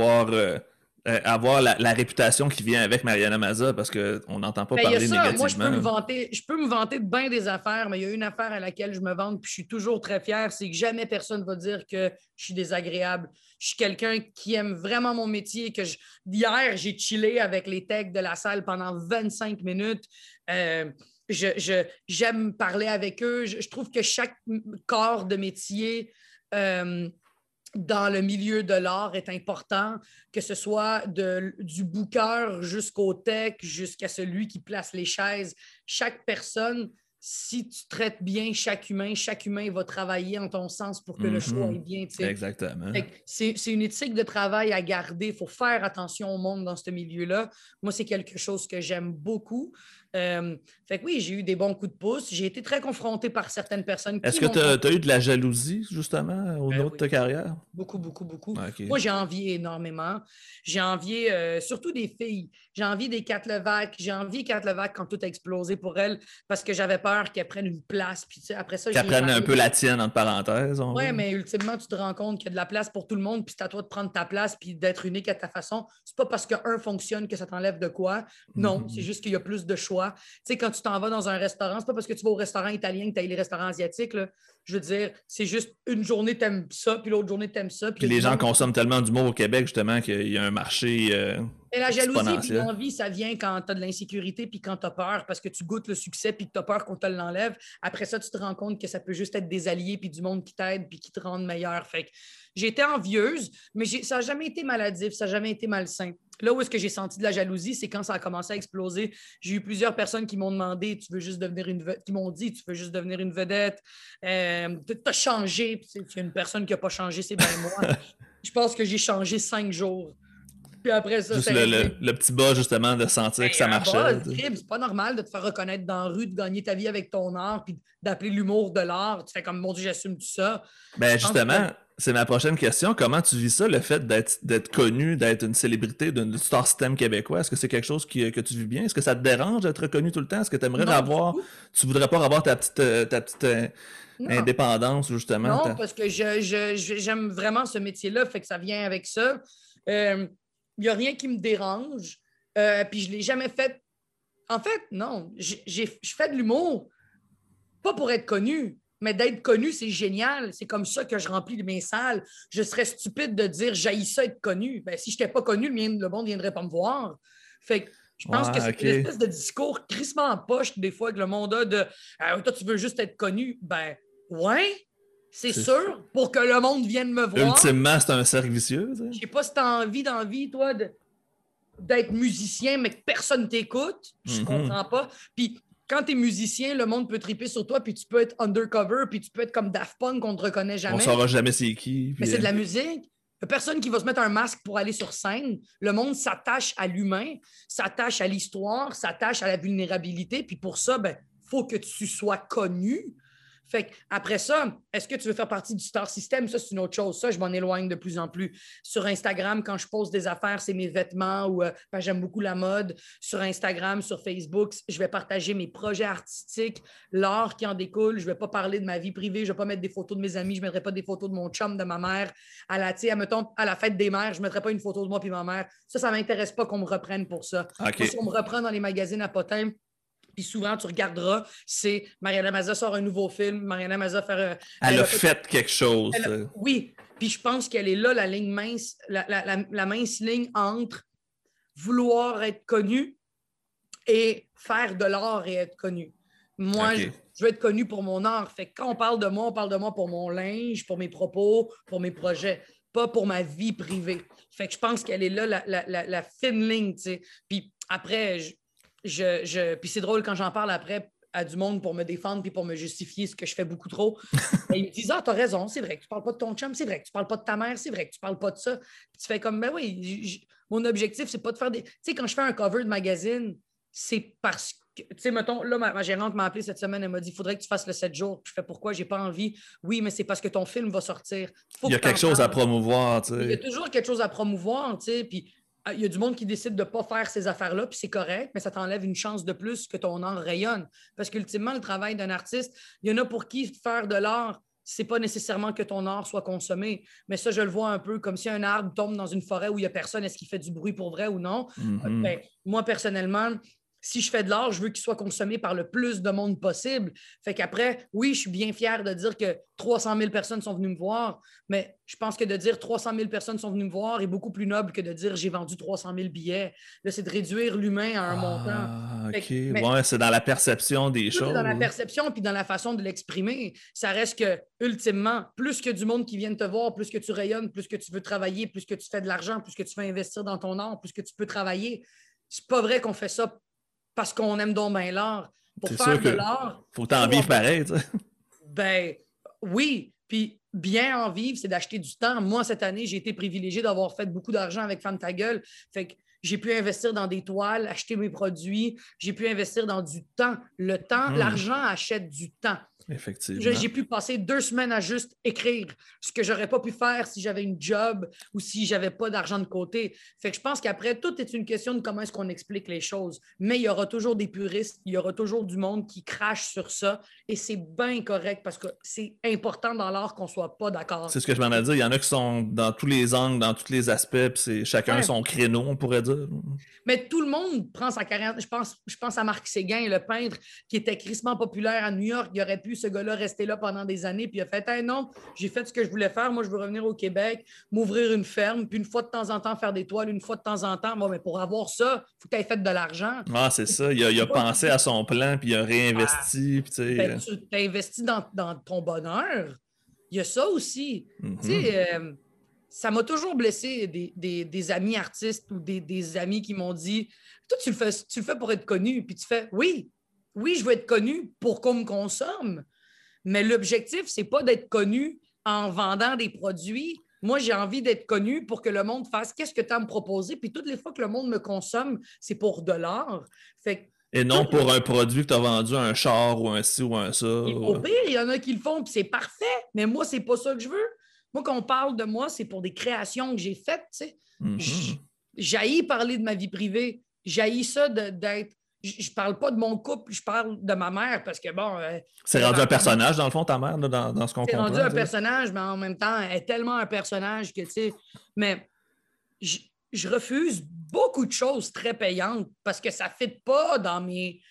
avoir la réputation qui vient avec Mariana Maza, parce qu'on n'entend pas parler négativement. Moi, je peux me vanter de bien des affaires, mais il y a une affaire à laquelle je me vante, puis je suis toujours très fier, c'est que jamais personne ne va dire que je suis désagréable. Je suis quelqu'un qui aime vraiment mon métier. Hier, j'ai chillé avec les techs de la salle pendant 25 minutes. J'aime parler avec eux. Je trouve que chaque corps de métier... dans le milieu de l'art est important, que ce soit du booker jusqu'au tech, jusqu'à celui qui place les chaises. Chaque personne, si tu traites bien chaque humain va travailler en ton sens pour que le show aille bien. T'sais. Exactement. C'est une éthique de travail à garder. Il faut faire attention au monde dans ce milieu-là. Moi, c'est quelque chose que j'aime beaucoup. Fait que oui, j'ai eu des bons coups de pouce. J'ai été très confronté par certaines personnes. Est-ce que tu as eu de la jalousie, justement, au niveau de ta carrière? Beaucoup, beaucoup, beaucoup. Okay. Moi, j'ai envié énormément. J'ai envié surtout des filles. J'ai envié des Kat Levac. J'ai envié Kat Levac quand tout a explosé pour elle parce que j'avais peur qu'elle prenne une place. Puis, après ça, qu'elle prenne un peu la tienne, entre parenthèses. Oui, mais ultimement, tu te rends compte qu'il y a de la place pour tout le monde, puis c'est à toi de prendre ta place puis d'être unique à ta façon. C'est pas parce qu'un fonctionne que ça t'enlève de quoi. Non, c'est juste qu'il y a plus de choix. Tu sais, quand tu t'en vas dans un restaurant, c'est pas parce que tu vas au restaurant italien que tu as les restaurants asiatiques. Là. Je veux dire, c'est juste une journée, tu aimes ça, puis l'autre journée, tu aimes ça. Puis les gens consomment tellement d'humour au Québec, justement, qu'il y a un marché. Et la jalousie et l'envie, ça vient quand tu as de l'insécurité puis quand tu as peur parce que tu goûtes le succès puis que tu as peur qu'on te l'enlève. Après ça, tu te rends compte que ça peut juste être des alliés puis du monde qui t'aide puis qui te rendent meilleur. Fait que j'ai été envieuse, mais ça n'a jamais été maladif, ça n'a jamais été malsain. Là où est-ce que j'ai senti de la jalousie, c'est quand ça a commencé à exploser. J'ai eu plusieurs personnes qui m'ont demandé, tu veux juste devenir une vedette, qui m'ont dit, tu veux juste devenir une vedette, tu as changé. Puis, il y a une personne qui n'a pas changé, c'est bien moi. Je pense que j'ai changé 5 jours. Puis après ça, juste le petit bas, justement, de sentir que ça marchait. C'est pas normal de te faire reconnaître dans la rue, de gagner ta vie avec ton art, puis d'appeler l'humour de l'art. Tu fais comme, mon Dieu, j'assume tout ça. Ben justement, c'est ma prochaine question. Comment tu vis ça, le fait d'être connu, d'être une célébrité d'un star system québécois? Est-ce que c'est quelque chose que tu vis bien? Est-ce que ça te dérange d'être reconnu tout le temps? Est-ce que tu aimerais tu voudrais pas avoir ta petite indépendance, justement? Non, parce que j'aime vraiment ce métier-là, fait que ça vient avec ça. Il n'y a rien qui me dérange. Puis je ne l'ai jamais fait. En fait, non. Je fais de l'humour, pas pour être connu, mais d'être connu, c'est génial. C'est comme ça que je remplis mes salles. Je serais stupide de dire j'haïs ça être connu. Ben, si je n'étais pas connu, le monde ne viendrait pas me voir. Fait que je pense que c'est une espèce de discours crissement en poche, des fois, que le monde a de toi, tu veux juste être connu. Ben, ouais. C'est sûr, pour que le monde vienne me voir. Ultimement, c'est un cercle vicieux. Je sais pas si tu as envie toi, d'être musicien, mais que personne t'écoute. Je comprends pas. Puis quand tu es musicien, le monde peut triper sur toi, puis tu peux être undercover, puis tu peux être comme Daft Punk qu'on ne te reconnaît jamais. On saura jamais c'est qui. Mais c'est de la musique. Il n'y a personne qui va se mettre un masque pour aller sur scène. Le monde s'attache à l'humain, s'attache à l'histoire, s'attache à la vulnérabilité. Puis pour ça, il faut que tu sois connu. Fait après ça, est-ce que tu veux faire partie du star system? Ça, c'est une autre chose. Ça, je m'en éloigne de plus en plus. Sur Instagram, quand je pose des affaires, c'est mes vêtements ou j'aime beaucoup la mode. Sur Instagram, sur Facebook, je vais partager mes projets artistiques, l'art qui en découle. Je ne vais pas parler de ma vie privée. Je ne vais pas mettre des photos de mes amis. Je ne mettrai pas des photos de mon chum, de ma mère. À la fête des mères, je ne mettrai pas une photo de moi et ma mère. Ça ne m'intéresse pas qu'on me reprenne pour ça. Okay. Si on me reprend dans les magazines à potins, puis souvent, tu regarderas, c'est Mariana Mazza sort un nouveau film, Mariana Mazza fait... Elle a fait quelque chose. Oui, puis je pense qu'elle est là, la ligne mince, la mince ligne entre vouloir être connu et faire de l'art et être connu. Moi, je veux être connu pour mon art. Fait que quand on parle de moi pour mon linge, pour mes propos, pour mes projets, pas pour ma vie privée. Fait que je pense qu'elle est là, la fine ligne, tu sais. Puis après... Puis c'est drôle quand j'en parle après à du monde pour me défendre puis pour me justifier ce que je fais beaucoup trop. Ils me disent « Ah, t'as raison, c'est vrai que tu parles pas de ton chum, c'est vrai que tu parles pas de ta mère, c'est vrai que tu parles pas de ça. » Puis tu fais comme « Ben oui, mon objectif, c'est pas de faire des... » Tu sais, quand je fais un cover de magazine, c'est parce que... Tu sais, mettons, là, ma gérante m'a appelé cette semaine, elle m'a dit « Il faudrait que tu fasses le 7 jours. » Puis je fais « Pourquoi? J'ai pas envie. » Oui, mais c'est parce que ton film va sortir. Il y a quelque chose à promouvoir, tu sais. Il y a toujours quelque chose à promouvoir, tu sais, puis... Il y a du monde qui décide de ne pas faire ces affaires-là, puis c'est correct, mais ça t'enlève une chance de plus que ton art rayonne. Parce qu'ultimement, le travail d'un artiste, il y en a pour qui faire de l'art, c'est pas nécessairement que ton art soit consommé. Mais ça, je le vois un peu comme si un arbre tombe dans une forêt où il n'y a personne, est-ce qu'il fait du bruit pour vrai ou non? Ben, moi, personnellement, si je fais de l'art, je veux qu'il soit consommé par le plus de monde possible. Fait qu'après, oui, je suis bien fier de dire que 300 000 personnes sont venues me voir, mais je pense que de dire 300 000 personnes sont venues me voir est beaucoup plus noble que de dire j'ai vendu 300 000 billets. Là, c'est de réduire l'humain à un montant. OK. Mais Ouais, c'est dans la perception des tout est dans la choses. perception puis dans la façon de l'exprimer. Ça reste que, ultimement, plus que du monde qui vient te voir, plus que tu rayonnes, plus que tu veux travailler, plus que tu fais de l'argent, plus que tu veux investir dans ton art, plus que tu peux travailler. C'est pas vrai qu'on fait ça parce qu'on aime donc bien l'art. Pour C'est faire sûr de que l'art, faut t'en vivre pareil, tu sais. ben oui. Puis bien en vivre, c'est d'acheter du temps. Moi, cette année, j'ai été privilégié d'avoir fait beaucoup d'argent avec Femme ta gueule. Fait que j'ai pu investir dans des toiles, acheter mes produits. J'ai pu investir dans du temps. Le temps, l'argent achète du temps. Effectivement. J'ai pu passer 2 semaines à juste écrire, ce que j'aurais pas pu faire si j'avais une job ou si j'avais pas d'argent de côté. Fait que je pense qu'après, tout est une question de comment est-ce qu'on explique les choses. Mais il y aura toujours des puristes, il y aura toujours du monde qui crache sur ça et c'est bien correct parce que c'est important dans l'art qu'on soit pas d'accord. C'est ce que je m'en ai dit. Il y en a qui sont dans tous les angles, dans tous les aspects, puis c'est chacun Ouais. son créneau, on pourrait dire. Mais tout le monde prend sa carrière. Je pense à Marc Séguin, le peintre qui était crissement populaire à New York. Il aurait pu, ce gars-là, rester là pendant des années. Puis il a fait hey, non, j'ai fait ce que je voulais faire. Moi, je veux revenir au Québec, m'ouvrir une ferme, puis une fois de temps en temps faire des toiles, une fois de temps en temps. Bon, mais pour avoir ça, il faut que tu aies fait de l'argent. Ah, c'est ça. Il a pensé à son plan, puis il a réinvesti. Puis, tu Ben, sais, tu as investi dans ton bonheur. Il y a ça aussi. Tu sais, ça m'a toujours blessé des amis artistes ou des amis qui m'ont dit toi, tu le fais pour être connu. Puis tu fais oui, je veux être connu pour qu'on me consomme. Mais l'objectif, c'est pas d'être connu en vendant des produits. Moi, j'ai envie d'être connu pour que le monde fasse qu'est-ce que tu as à me proposer. Puis toutes les fois que le monde me consomme, c'est pour de l'art. Fait que et non pour un produit que tu as vendu, un char ou un ci ou un ça. au pire, il y en a qui le font, puis c'est parfait. Mais moi, c'est pas ça que je veux. Moi, quand on parle de moi, c'est pour des créations que j'ai faites. Tu sais. J'haïs parler de ma vie privée. J'haïs ça d'être. Je parle pas de mon couple, je parle de ma mère parce que bon. C'est rendu un personnage, dans le fond, ta mère, là, dans ce qu'on comprend. C'est rendu un personnage, mais en même temps, elle est tellement un personnage que, tu sais. Mais je refuse beaucoup de choses très payantes parce que ça ne fit pas dans mes.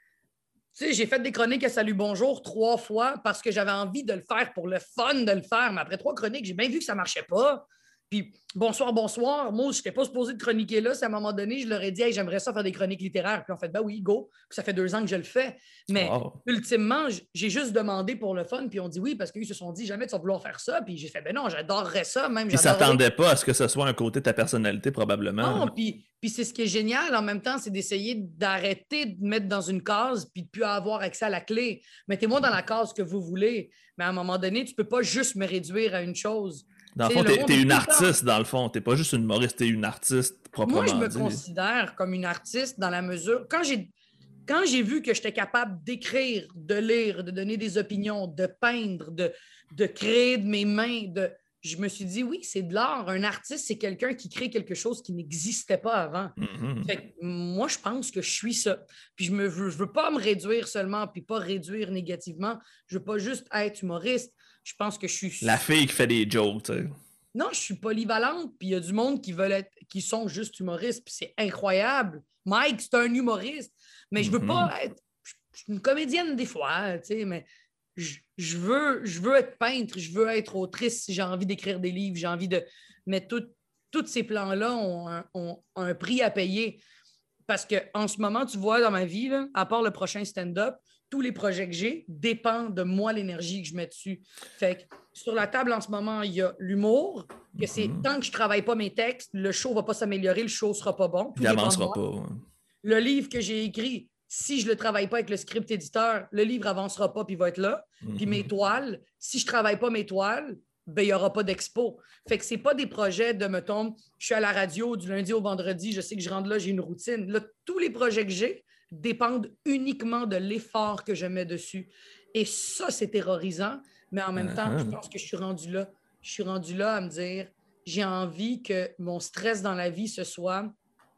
Tu sais, j'ai fait des chroniques à Salut Bonjour 3 fois parce que j'avais envie de le faire pour le fun de le faire. Mais après 3 chroniques, j'ai bien vu que ça ne marchait pas. Puis bonsoir, bonsoir. Moi, je n'étais pas supposé de chroniquer là. C'est à un moment donné, je leur ai dit hey, j'aimerais ça faire des chroniques littéraires. Puis en fait, ben oui, go. Puis ça fait 2 ans que je le fais. Mais ultimement, j'ai juste demandé pour le fun. Puis on dit oui parce qu'ils se sont dit jamais tu vas vouloir faire ça. Puis j'ai fait ben non, j'adorerais ça. Même, ils ne s'attendaient pas à ce que ce soit un côté de ta personnalité, probablement. Non, puis c'est ce qui est génial en même temps, c'est d'essayer d'arrêter de mettre dans une case puis de ne plus avoir accès à la clé. Mettez-moi dans la case que vous voulez. Mais à un moment donné, tu ne peux pas juste me réduire à une chose. Dans le fond, tu es une artiste, dans le fond. Tu n'es pas juste une humoriste, tu es une artiste proprement dit. Moi, je me considère comme une artiste dans la mesure... Quand j'ai vu que j'étais capable d'écrire, de lire, de donner des opinions, de peindre, de créer de mes mains, je me suis dit, oui, c'est de l'art. Un artiste, c'est quelqu'un qui crée quelque chose qui n'existait pas avant. Fait que, moi, je pense que je suis ça. Puis je veux pas me réduire seulement, puis pas réduire négativement. Je veux pas juste être humoriste. Je pense que je suis... La fille qui fait des jokes, tu sais. Non, je suis polyvalente, puis il y a du monde qui sont juste humoristes, puis c'est incroyable. Mike, c'est un humoriste, mais je veux pas être... Je suis une comédienne des fois, tu sais, mais je veux être peintre, je veux être autrice, j'ai envie d'écrire des livres, j'ai envie de... Mais tous ces plans-là ont un prix à payer. Parce qu'en ce moment, tu vois, dans ma vie, là, à part le prochain stand-up, tous les projets que j'ai dépendent de moi, l'énergie que je mets dessus. Fait que sur la table, en ce moment, il y a l'humour, que c'est tant que je ne travaille pas mes textes, le show ne va pas s'améliorer, le show ne sera pas bon. Il n'avancera pas. Ouais. Le livre que j'ai écrit, si je ne le travaille pas avec le script éditeur, le livre n'avancera pas puis il va être là. Puis mes toiles, si je ne travaille pas mes toiles, ben, il n'y aura pas d'expo. Fait que ce n'est pas des projets de, mettons, je suis à la radio du lundi au vendredi, je sais que je rentre là, j'ai une routine. Là, tous les projets que j'ai dépendent uniquement de l'effort que je mets dessus. Et ça, c'est terrorisant, mais en même temps, je pense que je suis rendu là. Je suis rendu là à me dire, j'ai envie que mon stress dans la vie, ce soit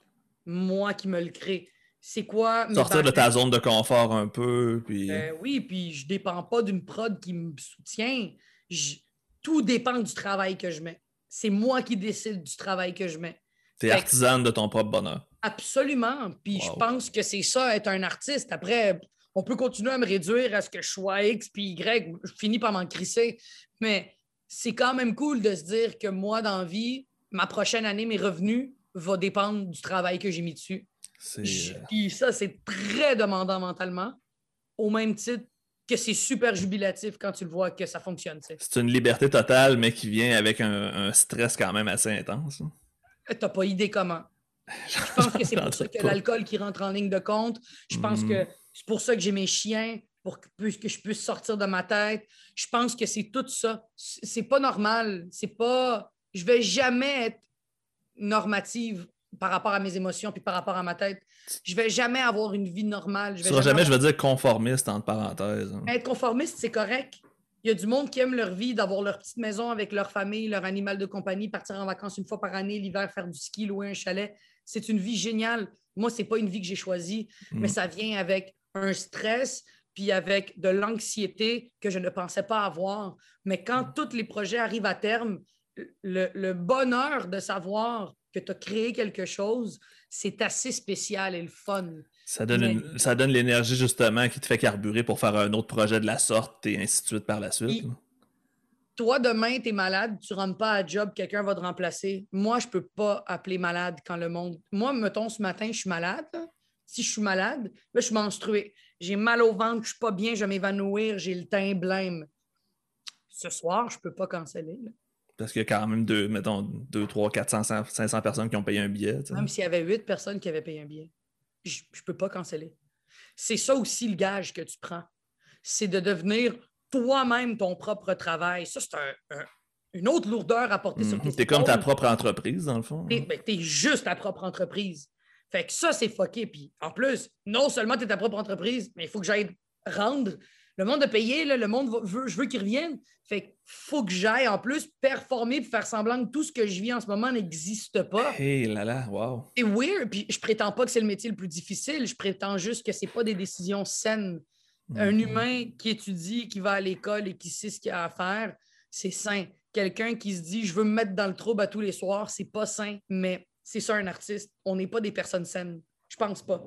moi qui me le crée. C'est quoi? Sortir de ta zone de confort un peu. Puis... oui, puis je ne dépends pas d'une prod qui me soutient. Tout dépend du travail que je mets. C'est moi qui décide du travail que je mets. T'es artisane de ton propre bonheur. Absolument. Puis je pense que c'est ça, être un artiste. Après, on peut continuer à me réduire à ce que je sois X puis Y. Je finis par m'en crisser. Mais c'est quand même cool de se dire que moi, dans la vie, ma prochaine année, mes revenus vont dépendre du travail que j'ai mis dessus. Puis ça, c'est très demandant mentalement, au même titre que c'est super jubilatif quand tu le vois que ça fonctionne. T'sais. C'est une liberté totale, mais qui vient avec un stress quand même assez intense. T'as pas idée comment. Je pense que c'est pour ça que l'alcool qui rentre en ligne de compte. Je pense que c'est pour ça que j'ai mes chiens, pour que je puisse sortir de ma tête. Je pense que c'est tout ça. C'est pas normal. C'est pas... Je vais jamais être normative par rapport à mes émotions puis par rapport à ma tête. Je vais jamais avoir une vie normale. Tu seras jamais, je veux dire, conformiste, entre parenthèses. Être conformiste, c'est correct. Il y a du monde qui aime leur vie, d'avoir leur petite maison avec leur famille, leur animal de compagnie, partir en vacances une fois par année, l'hiver, faire du ski, louer un chalet. C'est une vie géniale. Moi, c'est pas une vie que j'ai choisie, mais ça vient avec un stress puis avec de l'anxiété que je ne pensais pas avoir. Mais quand tous les projets arrivent à terme, le bonheur de savoir que tu as créé quelque chose, c'est assez spécial et le fun. Ça donne l'énergie, justement, qui te fait carburer pour faire un autre projet de la sorte et ainsi de suite par la suite. Toi, demain, tu es malade, tu ne rentres pas à job, quelqu'un va te remplacer. Moi, je ne peux pas appeler malade quand le monde... Moi, mettons, ce matin, je suis malade. Là. Si je suis malade, là, je suis menstruée. J'ai mal au ventre, je ne suis pas bien, je vais m'évanouir, j'ai le teint blême. Ce soir, je ne peux pas canceller. Là. Parce qu'il y a quand même 2, 3, 400, 500 personnes qui ont payé un billet. T'sais. Même s'il y avait 8 personnes qui avaient payé un billet, je ne peux pas canceller. C'est ça aussi le gage que tu prends. C'est de devenir toi-même ton propre travail. Ça, c'est une autre lourdeur à porter sur tes épaules. T'es comme ta propre entreprise, dans le fond. T'es juste ta propre entreprise. Fait que ça, c'est fucké. Puis en plus, non seulement t'es ta propre entreprise, mais il faut que j'aille rendre. Le monde a payé, là, le monde je veux qu'il revienne. Fait qu'il faut que j'aille en plus performer et faire semblant que tout ce que je vis en ce moment n'existe pas. Hey là là, wow. C'est weird. Puis je prétends pas que c'est le métier le plus difficile. Je prétends juste que c'est pas des décisions saines. Un humain qui étudie, qui va à l'école et qui sait ce qu'il a à faire, c'est sain. Quelqu'un qui se dit « je veux me mettre dans le trouble à tous les soirs », c'est pas sain, mais c'est ça un artiste. On n'est pas des personnes saines. Je pense pas.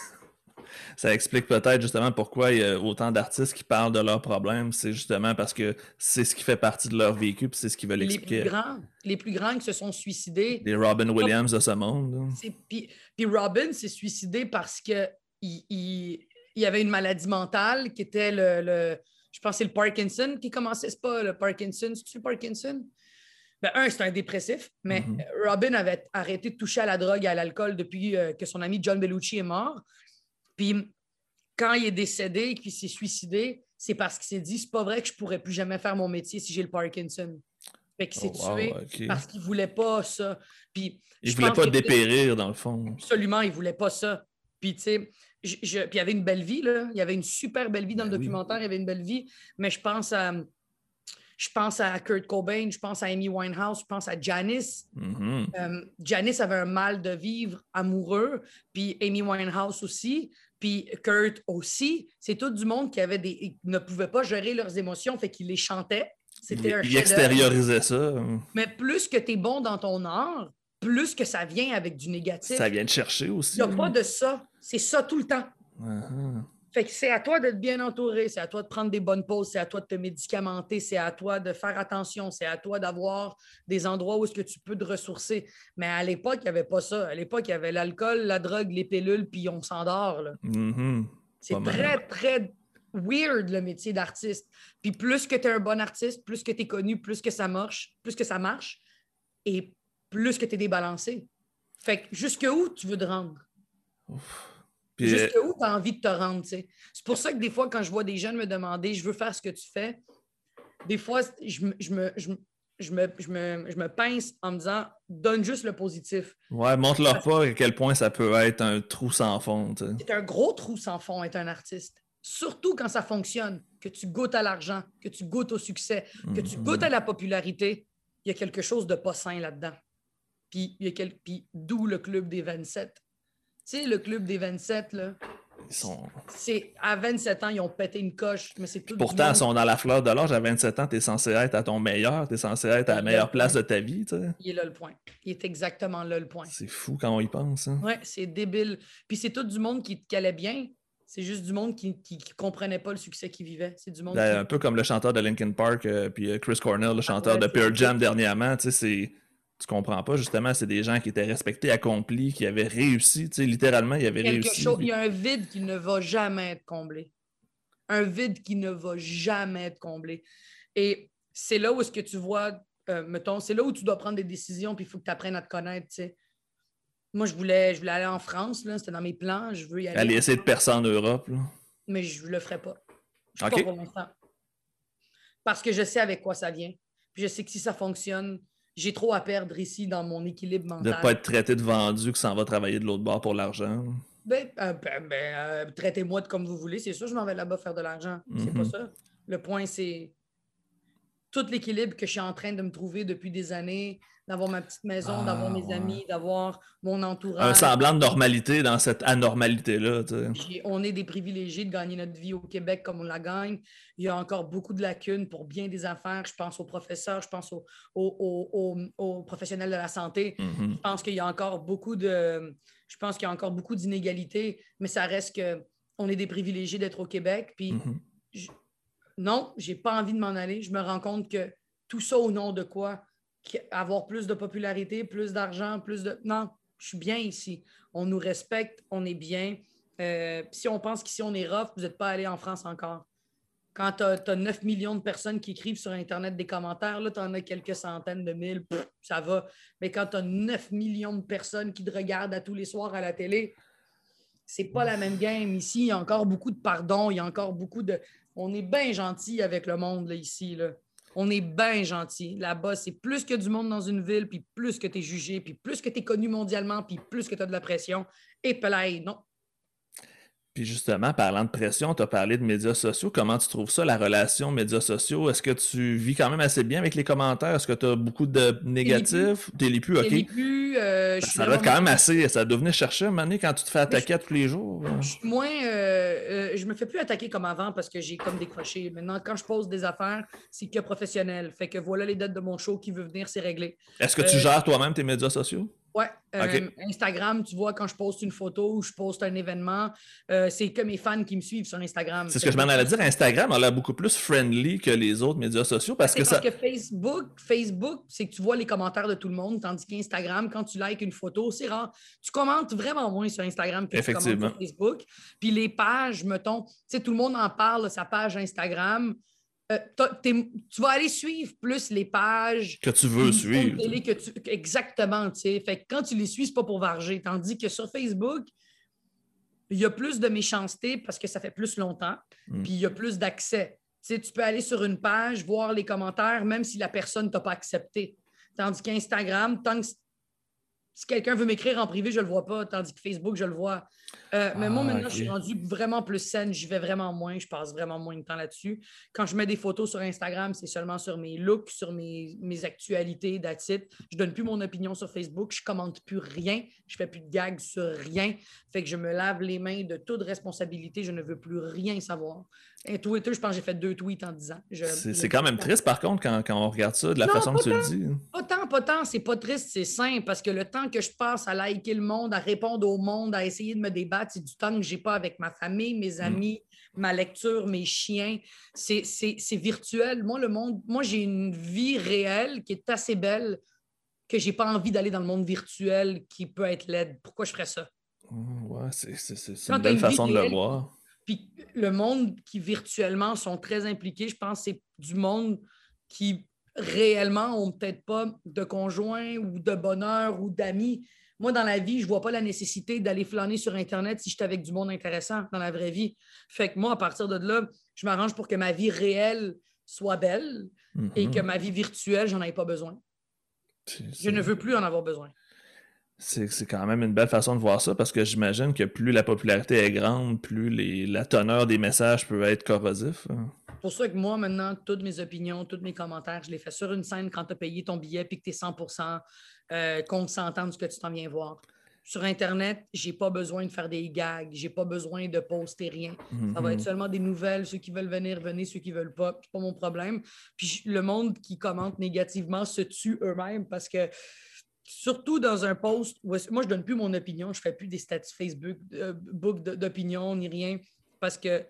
Ça explique peut-être justement pourquoi il y a autant d'artistes qui parlent de leurs problèmes. C'est justement parce que c'est ce qui fait partie de leur vécu puis c'est ce qu'ils veulent expliquer. Les plus grands qui se sont suicidés. Des Robin Williams de ce monde. Puis Robin s'est suicidé parce que il y avait une maladie mentale qui était je pense que c'est le Parkinson qui commençait. C'est pas le Parkinson, c'est le Parkinson? Ben, c'est un dépressif, mais Robin avait arrêté de toucher à la drogue et à l'alcool depuis que son ami John Belushi est mort. Puis quand il est décédé et qu'il s'est suicidé, c'est parce qu'il s'est dit c'est pas vrai que je pourrais plus jamais faire mon métier si j'ai le Parkinson. Fait qu'il s'est tué parce qu'il voulait pas ça. Puis il voulait pas dépérir dans le fond. Absolument, il voulait pas ça. Puis tu sais, puis il y avait une belle vie, là. Il y avait une super belle vie dans le documentaire, il y avait une belle vie, mais je pense à Kurt Cobain, je pense à Amy Winehouse, je pense à Janis. Janis avait un mal de vivre amoureux, puis Amy Winehouse aussi, puis Kurt aussi. C'est tout du monde qui ne pouvait pas gérer leurs émotions, fait qu'ils les chantaient. C'était un chef-d'œuvre. Il extériorisait ça. Mais plus que tu es bon dans ton art, plus que ça vient avec du négatif. Ça vient te chercher aussi. Il n'y a pas de ça. C'est ça tout le temps. Fait que c'est à toi d'être bien entouré, c'est à toi de prendre des bonnes pauses, c'est à toi de te médicamenter, c'est à toi de faire attention, c'est à toi d'avoir des endroits où est-ce que tu peux te ressourcer. Mais à l'époque, il n'y avait pas ça. À l'époque, il y avait l'alcool, la drogue, les pilules, puis on s'endort. C'est très, très weird, le métier d'artiste. Puis plus que tu es un bon artiste, plus que tu es connu, plus que ça marche, et plus que tu es débalancé. Fait que jusqu'où tu veux te rendre? Jusqu'où tu as envie de te rendre, tu sais. C'est pour ça que des fois, quand je vois des jeunes me demander « je veux faire ce que tu fais », des fois, je me pince en me disant « donne juste le positif ». Ouais, montre-leur pas à quel point ça peut être un trou sans fond. Tu sais. C'est un gros trou sans fond être un artiste. Surtout quand ça fonctionne, que tu goûtes à l'argent, que tu goûtes au succès, que tu goûtes à la popularité. Il y a quelque chose de pas sain là-dedans. Puis d'où le club des 27. Tu sais, le club des 27, là, À 27 ans, ils ont pété une coche, mais c'est tout. Pourtant, ils sont dans la fleur de l'âge. À 27 ans, tu es censé être à ton meilleur, tu es censé être à la meilleure place de ta vie. Tu sais. Il est là le point. Il est exactement là le point. C'est fou quand on y pense. Hein? Ouais, c'est débile. Puis c'est tout du monde qui allait bien. C'est juste du monde qui comprenait pas le succès qu'il vivait. C'est du monde Un peu comme le chanteur de Linkin Park, puis Chris Cornell, le chanteur de Pearl Jam dernièrement. Tu sais, tu comprends pas, justement, c'est des gens qui étaient respectés, accomplis, qui avaient réussi. Tu sais, littéralement, ils avaient réussi. Il y a un vide qui ne va jamais être comblé. Un vide qui ne va jamais être comblé. Et c'est là où est-ce que tu vois, mettons, c'est là où tu dois prendre des décisions, puis il faut que tu apprennes à te connaître, tu sais. Moi, je voulais aller en France, là, c'était dans mes plans, je veux y aller. Aller essayer de percer en Europe. Là. Mais je ne le ferai pas. Je ne suis pas pour l'instant. Parce que je sais avec quoi ça vient. Puis je sais que si ça fonctionne, j'ai trop à perdre ici dans mon équilibre mental. De ne pas être traité de vendu, que ça en va travailler de l'autre bord pour l'argent. Traitez-moi de comme vous voulez. C'est sûr, je m'en vais là-bas faire de l'argent. C'est pas ça. Le point, c'est tout l'équilibre que je suis en train de me trouver depuis des années, d'avoir ma petite maison, d'avoir mes amis, d'avoir mon entourage. Un semblant de normalité dans cette anormalité-là. On est des privilégiés de gagner notre vie au Québec comme on la gagne. Il y a encore beaucoup de lacunes pour bien des affaires. Je pense aux professeurs, je pense aux professionnels de la santé. Je pense qu'il y a encore beaucoup d'inégalités, mais ça reste qu'on est des privilégiés d'être au Québec. Puis non, je n'ai pas envie de m'en aller. Je me rends compte que tout ça au nom de quoi? Avoir plus de popularité, plus d'argent, plus de... Non, je suis bien ici. On nous respecte, on est bien. Si on pense qu'ici on est rough, vous n'êtes pas allé en France encore. Quand tu as 9 millions de personnes qui écrivent sur Internet des commentaires, là, tu en as quelques centaines de mille, ça va. Mais quand tu as 9 millions de personnes qui te regardent à tous les soirs à la télé, c'est pas la même game. Ici, il y a encore beaucoup de pardon, il y a encore beaucoup de... On est bien gentil avec le monde là, ici. Là. On est bien gentil. Là-bas, c'est plus que du monde dans une ville, puis plus que tu es jugé, puis plus que tu es connu mondialement, puis plus que tu as de la pression. Et play, non. Puis justement, parlant de pression, tu as parlé de médias sociaux. Comment tu trouves ça, la relation médias sociaux? Est-ce que tu vis quand même assez bien avec les commentaires? Est-ce que tu as beaucoup de négatifs? Tu les plus, OK. Ça doit être quand même assez... Ça doit venir chercher à un moment donné quand tu te fais attaquer tous les jours. Je suis moins... je me fais plus attaquer comme avant parce que j'ai comme décroché. Maintenant, quand je pose des affaires, c'est que professionnel. Fait que voilà les dates de mon show qui veut venir, c'est réglé. Est-ce que tu gères toi-même tes médias sociaux? Oui. Instagram, tu vois, quand je poste une photo ou je poste un événement, c'est que mes fans qui me suivent sur Instagram. C'est ce que je m'en allais dire. Instagram a l'air beaucoup plus friendly que les autres médias sociaux parce que Facebook, c'est que tu vois les commentaires de tout le monde, tandis qu'Instagram, quand tu likes une photo, c'est rare. Tu commentes vraiment moins sur Instagram que tu commentes sur Facebook. Puis les pages, mettons, tu sais, tout le monde en parle, sa page Instagram. Tu vas aller suivre plus les pages que tu veux suivre. Exactement, tu sais. Fait que quand tu les suis, c'est pas pour varger. Tandis que sur Facebook, il y a plus de méchanceté parce que ça fait plus longtemps, puis il y a plus d'accès. Tu sais, tu peux aller sur une page, voir les commentaires, même si la personne ne t'a pas accepté. Tandis qu'Instagram, si quelqu'un veut m'écrire en privé, je ne le vois pas, tandis que Facebook, je le vois. Mais moi, maintenant, je suis rendu vraiment plus saine. J'y vais vraiment moins. Je passe vraiment moins de temps là-dessus. Quand je mets des photos sur Instagram, c'est seulement sur mes looks, sur mes actualités, that's it. Je ne donne plus mon opinion sur Facebook. Je ne commente plus rien. Je ne fais plus de gags sur rien. Fait que je me lave les mains de toute responsabilité. Je ne veux plus rien savoir. Et Twitter, je pense que j'ai fait 2 tweets en 10 ans. C'est quand même triste, par contre, quand on regarde ça de la façon que tu le dis. Pas tant. C'est pas triste, c'est simple. Parce que le temps que je passe à liker le monde, à répondre au monde, à essayer de me débattre, c'est du temps que j'ai pas avec ma famille, mes amis, ma lecture, mes chiens. C'est virtuel. Moi, j'ai une vie réelle qui est assez belle que j'ai pas envie d'aller dans le monde virtuel qui peut être laid. Pourquoi je ferais ça? Ouais, c'est une belle façon de le voir. Puis le monde qui virtuellement sont très impliqués, je pense que c'est du monde qui réellement ont peut-être pas de conjoint ou de bonheur ou d'amis. Moi, dans la vie, je ne vois pas la nécessité d'aller flâner sur Internet si je suis avec du monde intéressant dans la vraie vie. Fait que moi, à partir de là, je m'arrange pour que ma vie réelle soit belle et que ma vie virtuelle, j'en ai pas besoin. Je ne veux plus en avoir besoin. C'est quand même une belle façon de voir ça parce que j'imagine que plus la popularité est grande, plus la teneur des messages peut être corrosif. C'est pour ça que moi, maintenant, toutes mes opinions, tous mes commentaires, je les fais sur une scène quand tu as payé ton billet et que tu es 100% consentant de ce que tu t'en viens voir. sur Internet, j'ai pas besoin de faire des gags, j'ai pas besoin de poster rien. Ça va être seulement des nouvelles, ceux qui veulent venir, venez, ceux qui veulent pas, c'est pas mon problème. Puis le monde qui commente négativement se tue eux-mêmes parce que surtout dans un post, moi je donne plus mon opinion, je fais plus des statuts Facebook, d'opinion ni rien parce que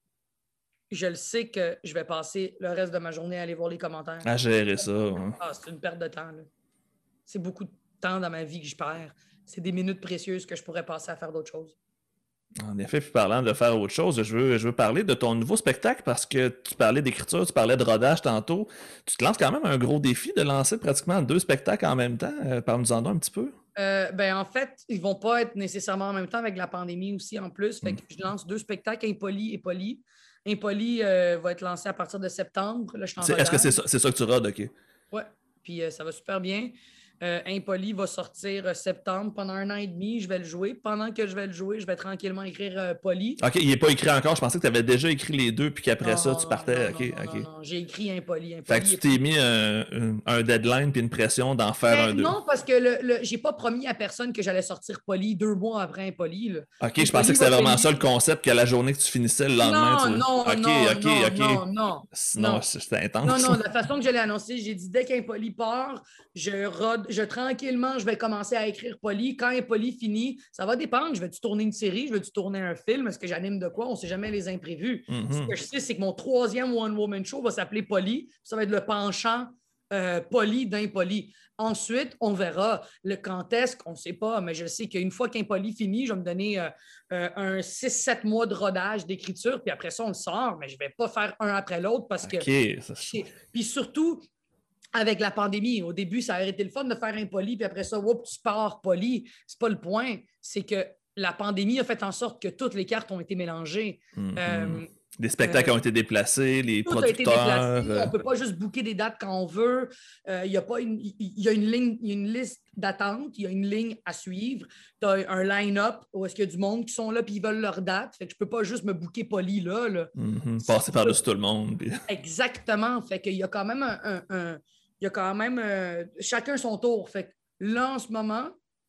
je le sais que je vais passer le reste de ma journée à aller voir les commentaires. À gérer ça. C'est une perte de temps. Là. C'est beaucoup de temps dans ma vie que je perds. C'est des minutes précieuses que je pourrais passer à faire d'autres choses. En effet, puis parlant de faire autre chose, je veux parler de ton nouveau spectacle parce que tu parlais d'écriture, tu parlais de rodage tantôt. Tu te lances quand même un gros défi de lancer pratiquement 2 spectacles en même temps. Parle-nous-en un petit peu. En fait, ils vont pas être nécessairement en même temps avec la pandémie aussi en plus. Fait que je lance 2 spectacles, Impoli et Poli. Impoli va être lancé à partir de septembre. Là, Est-ce que c'est ça que tu rodes, OK? Ouais, puis ça va super bien. Impoli va sortir septembre. Pendant 1 an et demi, je vais le jouer. Pendant que je vais le jouer, je vais tranquillement écrire Poli. OK, il n'est pas écrit encore. Je pensais que tu avais déjà écrit les 2 puis qu'après ça, tu partais. Non, j'ai écrit Impoli. Fait que tu t'es mis un deadline puis une pression d'en faire un 2. Non, parce que j'ai pas promis à personne que j'allais sortir Poli 2 mois après Impoli. Là. OK, je pensais que c'était vraiment ça le concept, que la journée que tu finissais le lendemain. Non. Sinon, c'était intense. Non, de la façon que je l'ai annoncé, j'ai dit dès qu'Impoli part, tranquillement, je vais commencer à écrire Poli. Quand Impoli finit, ça va dépendre. Je vais-tu tourner une série? Je vais-tu tourner un film? Est-ce que j'anime de quoi? On ne sait jamais les imprévus. Ce que je sais, c'est que mon 3e one-woman show va s'appeler Poli. Ça va être le penchant Poli d'Impoli. Ensuite, on verra le quand est-ce qu'on ne sait pas, mais je sais qu'une fois qu'Impoli finit, je vais me donner un 6-7 mois de rodage d'écriture, puis après ça, on le sort, mais je ne vais pas faire un après l'autre parce que... Puis surtout, avec la pandémie, au début, ça aurait été le fun de faire Impoli, puis après ça, tu pars Poli. C'est pas le point, c'est que la pandémie a fait en sorte que toutes les cartes ont été mélangées. Des spectacles ont été déplacés, les producteurs... A été déplacé. On ne peut pas juste booker des dates quand on veut. Il y a une liste d'attente, il y a une ligne à suivre. Tu as un line-up où est-ce qu'il y a du monde qui sont là puis ils veulent leur date. Fait que je ne peux pas juste me booker Poli là. Passer par-dessus tout le monde. Puis... Exactement. Fait qu'il y a quand même chacun son tour. Fait que là, en ce moment,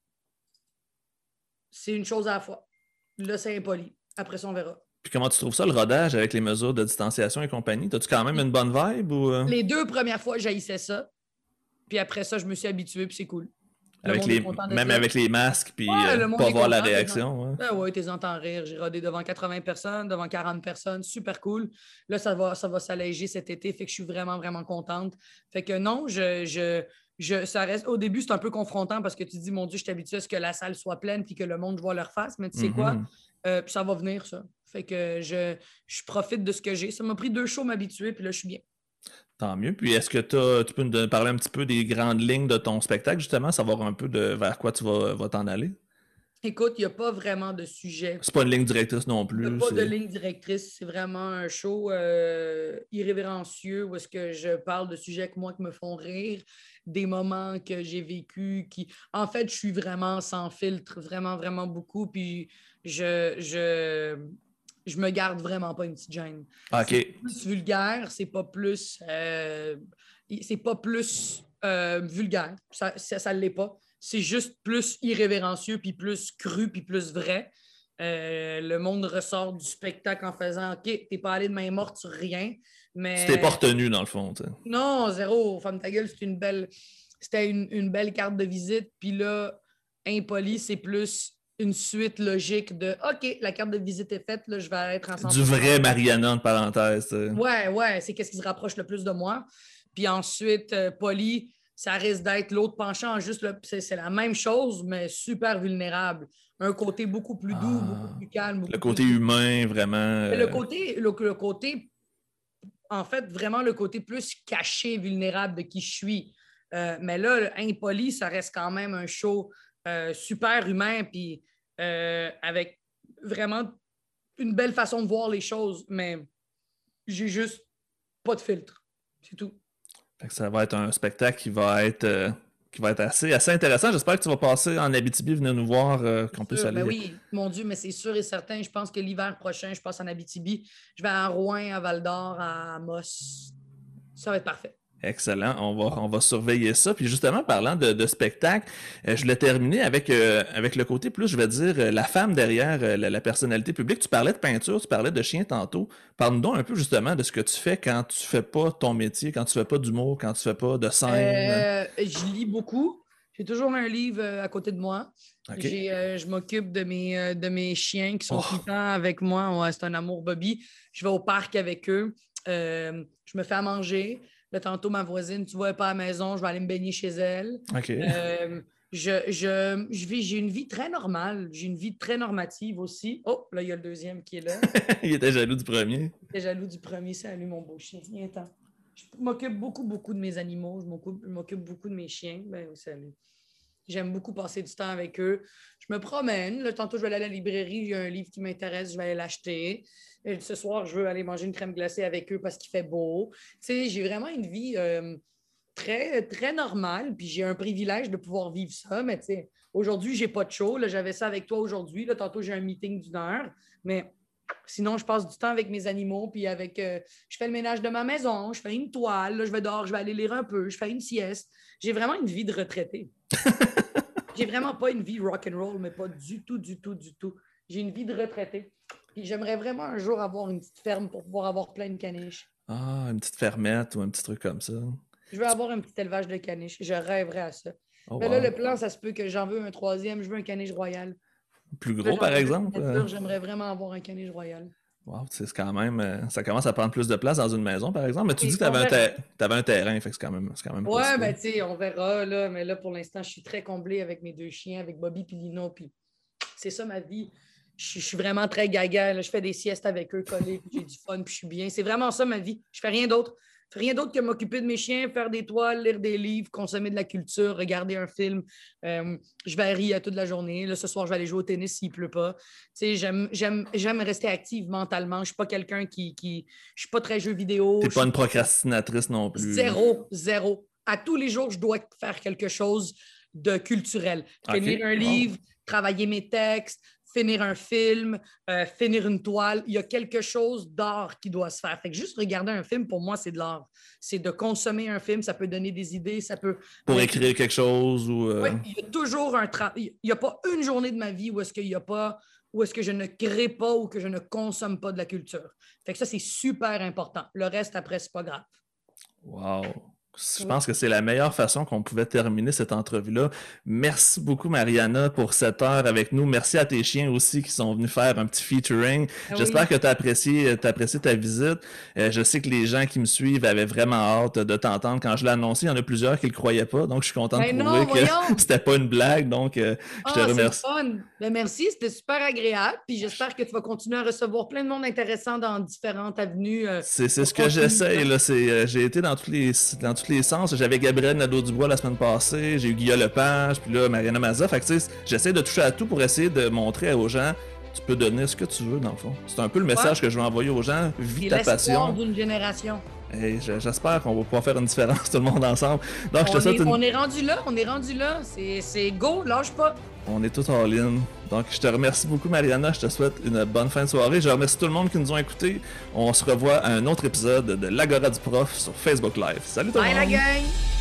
c'est une chose à la fois. Là, c'est Impoli. Après ça, on verra. Puis comment tu trouves ça, le rodage avec les mesures de distanciation et compagnie? T'as-tu quand même une bonne vibe? Ou... Les 2 premières fois, j'haïssais ça. Puis après ça, je me suis habitué, puis c'est cool. Même avec les masques, puis pas voir la réaction. Oui, t'es entends rire. J'ai rodé devant 80 personnes, devant 40 personnes. Super cool. Là, ça va s'alléger cet été, fait que je suis vraiment, vraiment contente. Fait que non, ça reste... Au début, c'est un peu confrontant parce que tu te dis, mon Dieu, je suis habitué à ce que la salle soit pleine puis que le monde voit leur face. Mais tu sais quoi? Puis ça va venir, ça. Fait que je profite de ce que j'ai. Ça m'a pris 2 shows m'habituer, puis là, je suis bien. Tant mieux. Puis est-ce que tu peux nous parler un petit peu des grandes lignes de ton spectacle, justement, savoir un peu vers quoi tu vas t'en aller? Écoute, il n'y a pas vraiment de sujet. C'est pas une ligne directrice non plus. Il n'y a pas de ligne directrice. C'est vraiment un show irrévérencieux où est-ce que je parle de sujets qui me font rire, des moments que j'ai vécus qui... En fait, je suis vraiment sans filtre, vraiment, vraiment beaucoup. Puis je me garde vraiment pas une petite gêne. Okay. C'est plus vulgaire, c'est pas plus vulgaire. Ça l'est pas. C'est juste plus irrévérencieux, puis plus cru, puis plus vrai. Le monde ressort du spectacle en faisant « OK, t'es pas allé de main morte sur rien. » Mais... Tu t'es pas retenu, dans le fond. T'sais. Non, zéro. Femme ta gueule, c'était une belle carte de visite. Puis là, Impoli, c'est plus une suite logique de « OK, la carte de visite est faite, là, je vais être ensemble. » Du vrai Mariana, entre parenthèses. Ouais, c'est qu'est-ce qui se rapproche le plus de moi. Puis ensuite, Poli, ça risque d'être l'autre penchant, c'est la même chose, mais super vulnérable. Un côté beaucoup plus doux, beaucoup plus calme. Le côté humain, vraiment. Le côté, en fait, vraiment le côté plus caché, vulnérable de qui je suis. Mais là, Impoli, ça reste quand même un show super humain, puis avec vraiment une belle façon de voir les choses, mais j'ai juste pas de filtre. C'est tout. Fait que ça va être un spectacle qui va être assez intéressant. J'espère que tu vas passer en Abitibi, venir nous voir, qu'on puisse aller. Ben oui, mon Dieu, mais c'est sûr et certain. Je pense que l'hiver prochain, je passe en Abitibi. Je vais à Rouen, à Val-d'Or, à Amos. Ça va être parfait. Excellent, on va surveiller ça. Puis justement, parlant de spectacle, je voulais terminer avec le côté plus, je vais dire, la femme derrière la personnalité publique. Tu parlais de peinture, tu parlais de chien tantôt. Parle-nous donc un peu justement de ce que tu fais quand tu fais pas ton métier, quand tu fais pas d'humour, quand tu fais pas de scène. Je lis beaucoup. J'ai toujours un livre à côté de moi. Okay. Je m'occupe de mes chiens qui sont tout le temps avec moi. Ouais, c'est un amour Bobby. Je vais au parc avec eux. Je me fais à manger. Là, tantôt, ma voisine, tu vois, elle n'est pas à la maison. Je vais aller me baigner chez elle. OK. J'ai une vie très normale. J'ai une vie très normative aussi. Oh, là, il y a le deuxième qui est là. Il était jaloux du premier. Il était jaloux du premier. Salut, mon beau chien. Viens-t'en. Je m'occupe beaucoup de mes animaux. Je m'occupe beaucoup de mes chiens. Ben, salut. J'aime beaucoup passer du temps avec eux. Je me promène. Là, tantôt, je vais aller à la librairie. Il y a un livre qui m'intéresse. Je vais aller l'acheter. Et ce soir, je veux aller manger une crème glacée avec eux parce qu'il fait beau. Tu sais, j'ai vraiment une vie très, très normale. Puis j'ai un privilège de pouvoir vivre ça. Mais tu sais, aujourd'hui, j'ai pas de show. Là, j'avais ça avec toi aujourd'hui. Là, tantôt, j'ai un meeting d'une heure. Mais sinon, je passe du temps avec mes animaux. Puis avec, je fais le ménage de ma maison. Je fais une toile. Là, je vais dehors. Je vais aller lire un peu. Je fais une sieste. J'ai vraiment une vie de retraité. J'ai vraiment pas une vie rock'n'roll, mais pas du tout. J'ai une vie de retraité. Puis j'aimerais vraiment un jour avoir une petite ferme pour pouvoir avoir plein de caniches. Ah, une petite fermette ou un petit truc comme ça. Je veux avoir un petit élevage de caniches. Je rêverais à ça. Oh, mais là, le plan, ça se peut que j'en veux un troisième. Je veux un caniche royal. Plus gros, par exemple? J'aimerais vraiment avoir un caniche royal. Wow, c'est quand même... ça commence à prendre plus de place dans une maison, par exemple. Mais tu dis que tu avais un terrain, fait que c'est quand même ouais, ben tu sais, on verra, là. Mais là, pour l'instant, je suis très comblée avec mes deux chiens, avec Bobby et Lino. Puis c'est ça, ma vie. Je suis vraiment très gaga. Là. Je fais des siestes avec eux collés, puis j'ai du fun, puis je suis bien. C'est vraiment ça, ma vie. Je fais rien d'autre. Je fais rien d'autre que m'occuper de mes chiens, faire des toiles, lire des livres, consommer de la culture, regarder un film. Je varie à toute la journée. Là, ce soir, je vais aller jouer au tennis s'il ne pleut pas. Tu sais, j'aime rester active mentalement. Je ne suis pas quelqu'un qui... Je suis pas très jeu vidéo. Tu n'es pas une procrastinatrice non plus. Zéro. À tous les jours, je dois faire quelque chose de culturel. Finir un livre, travailler mes textes, finir un film, finir une toile. Il y a quelque chose d'art qui doit se faire. Fait que juste regarder un film, pour moi, c'est de l'art. C'est de consommer un film, ça peut donner des idées, ça peut... Pour écrire quelque chose ou... Oui, il y a toujours un travail. Il n'y a pas une journée de ma vie où est-ce qu'il y a pas... où est-ce que je ne crée pas ou que je ne consomme pas de la culture. Fait que ça, c'est super important. Le reste, après, c'est pas grave. Wow! Je pense que c'est la meilleure façon qu'on pouvait terminer cette entrevue-là. Merci beaucoup, Mariana, pour cette heure avec nous. Merci à tes chiens aussi qui sont venus faire un petit featuring. J'espère que tu as apprécié ta visite. Je sais que les gens qui me suivent avaient vraiment hâte de t'entendre. Quand je l'ai annoncé, il y en a plusieurs qui ne le croyaient pas. Donc, je suis content de prouver que c'était pas une blague. Donc, je te remercie. C'est fun. Ben, merci, c'était super agréable. Puis j'espère que tu vas continuer à recevoir plein de monde intéressant dans différentes avenues. C'est ce que j'essaye. J'ai été dans tous les sens. J'avais Gabriel Nadeau-Dubois la semaine passée, j'ai eu Guillaume Lepage, puis là, Mariana Mazza. Fait que j'essaie de toucher à tout pour essayer de montrer aux gens, tu peux donner ce que tu veux, dans le fond. C'est un peu le message que je veux envoyer aux gens. Vis ta passion. D'une génération. Hey, j'espère qu'on va pouvoir faire une différence tout le monde ensemble. Donc, on est rendu là. C'est go, lâche pas. On est tout en ligne. Donc, je te remercie beaucoup, Mariana. Je te souhaite une bonne fin de soirée. Je remercie tout le monde qui nous ont écoutés. On se revoit à un autre épisode de l'Agora du Prof sur Facebook Live. Salut tout le monde! Bye la gang!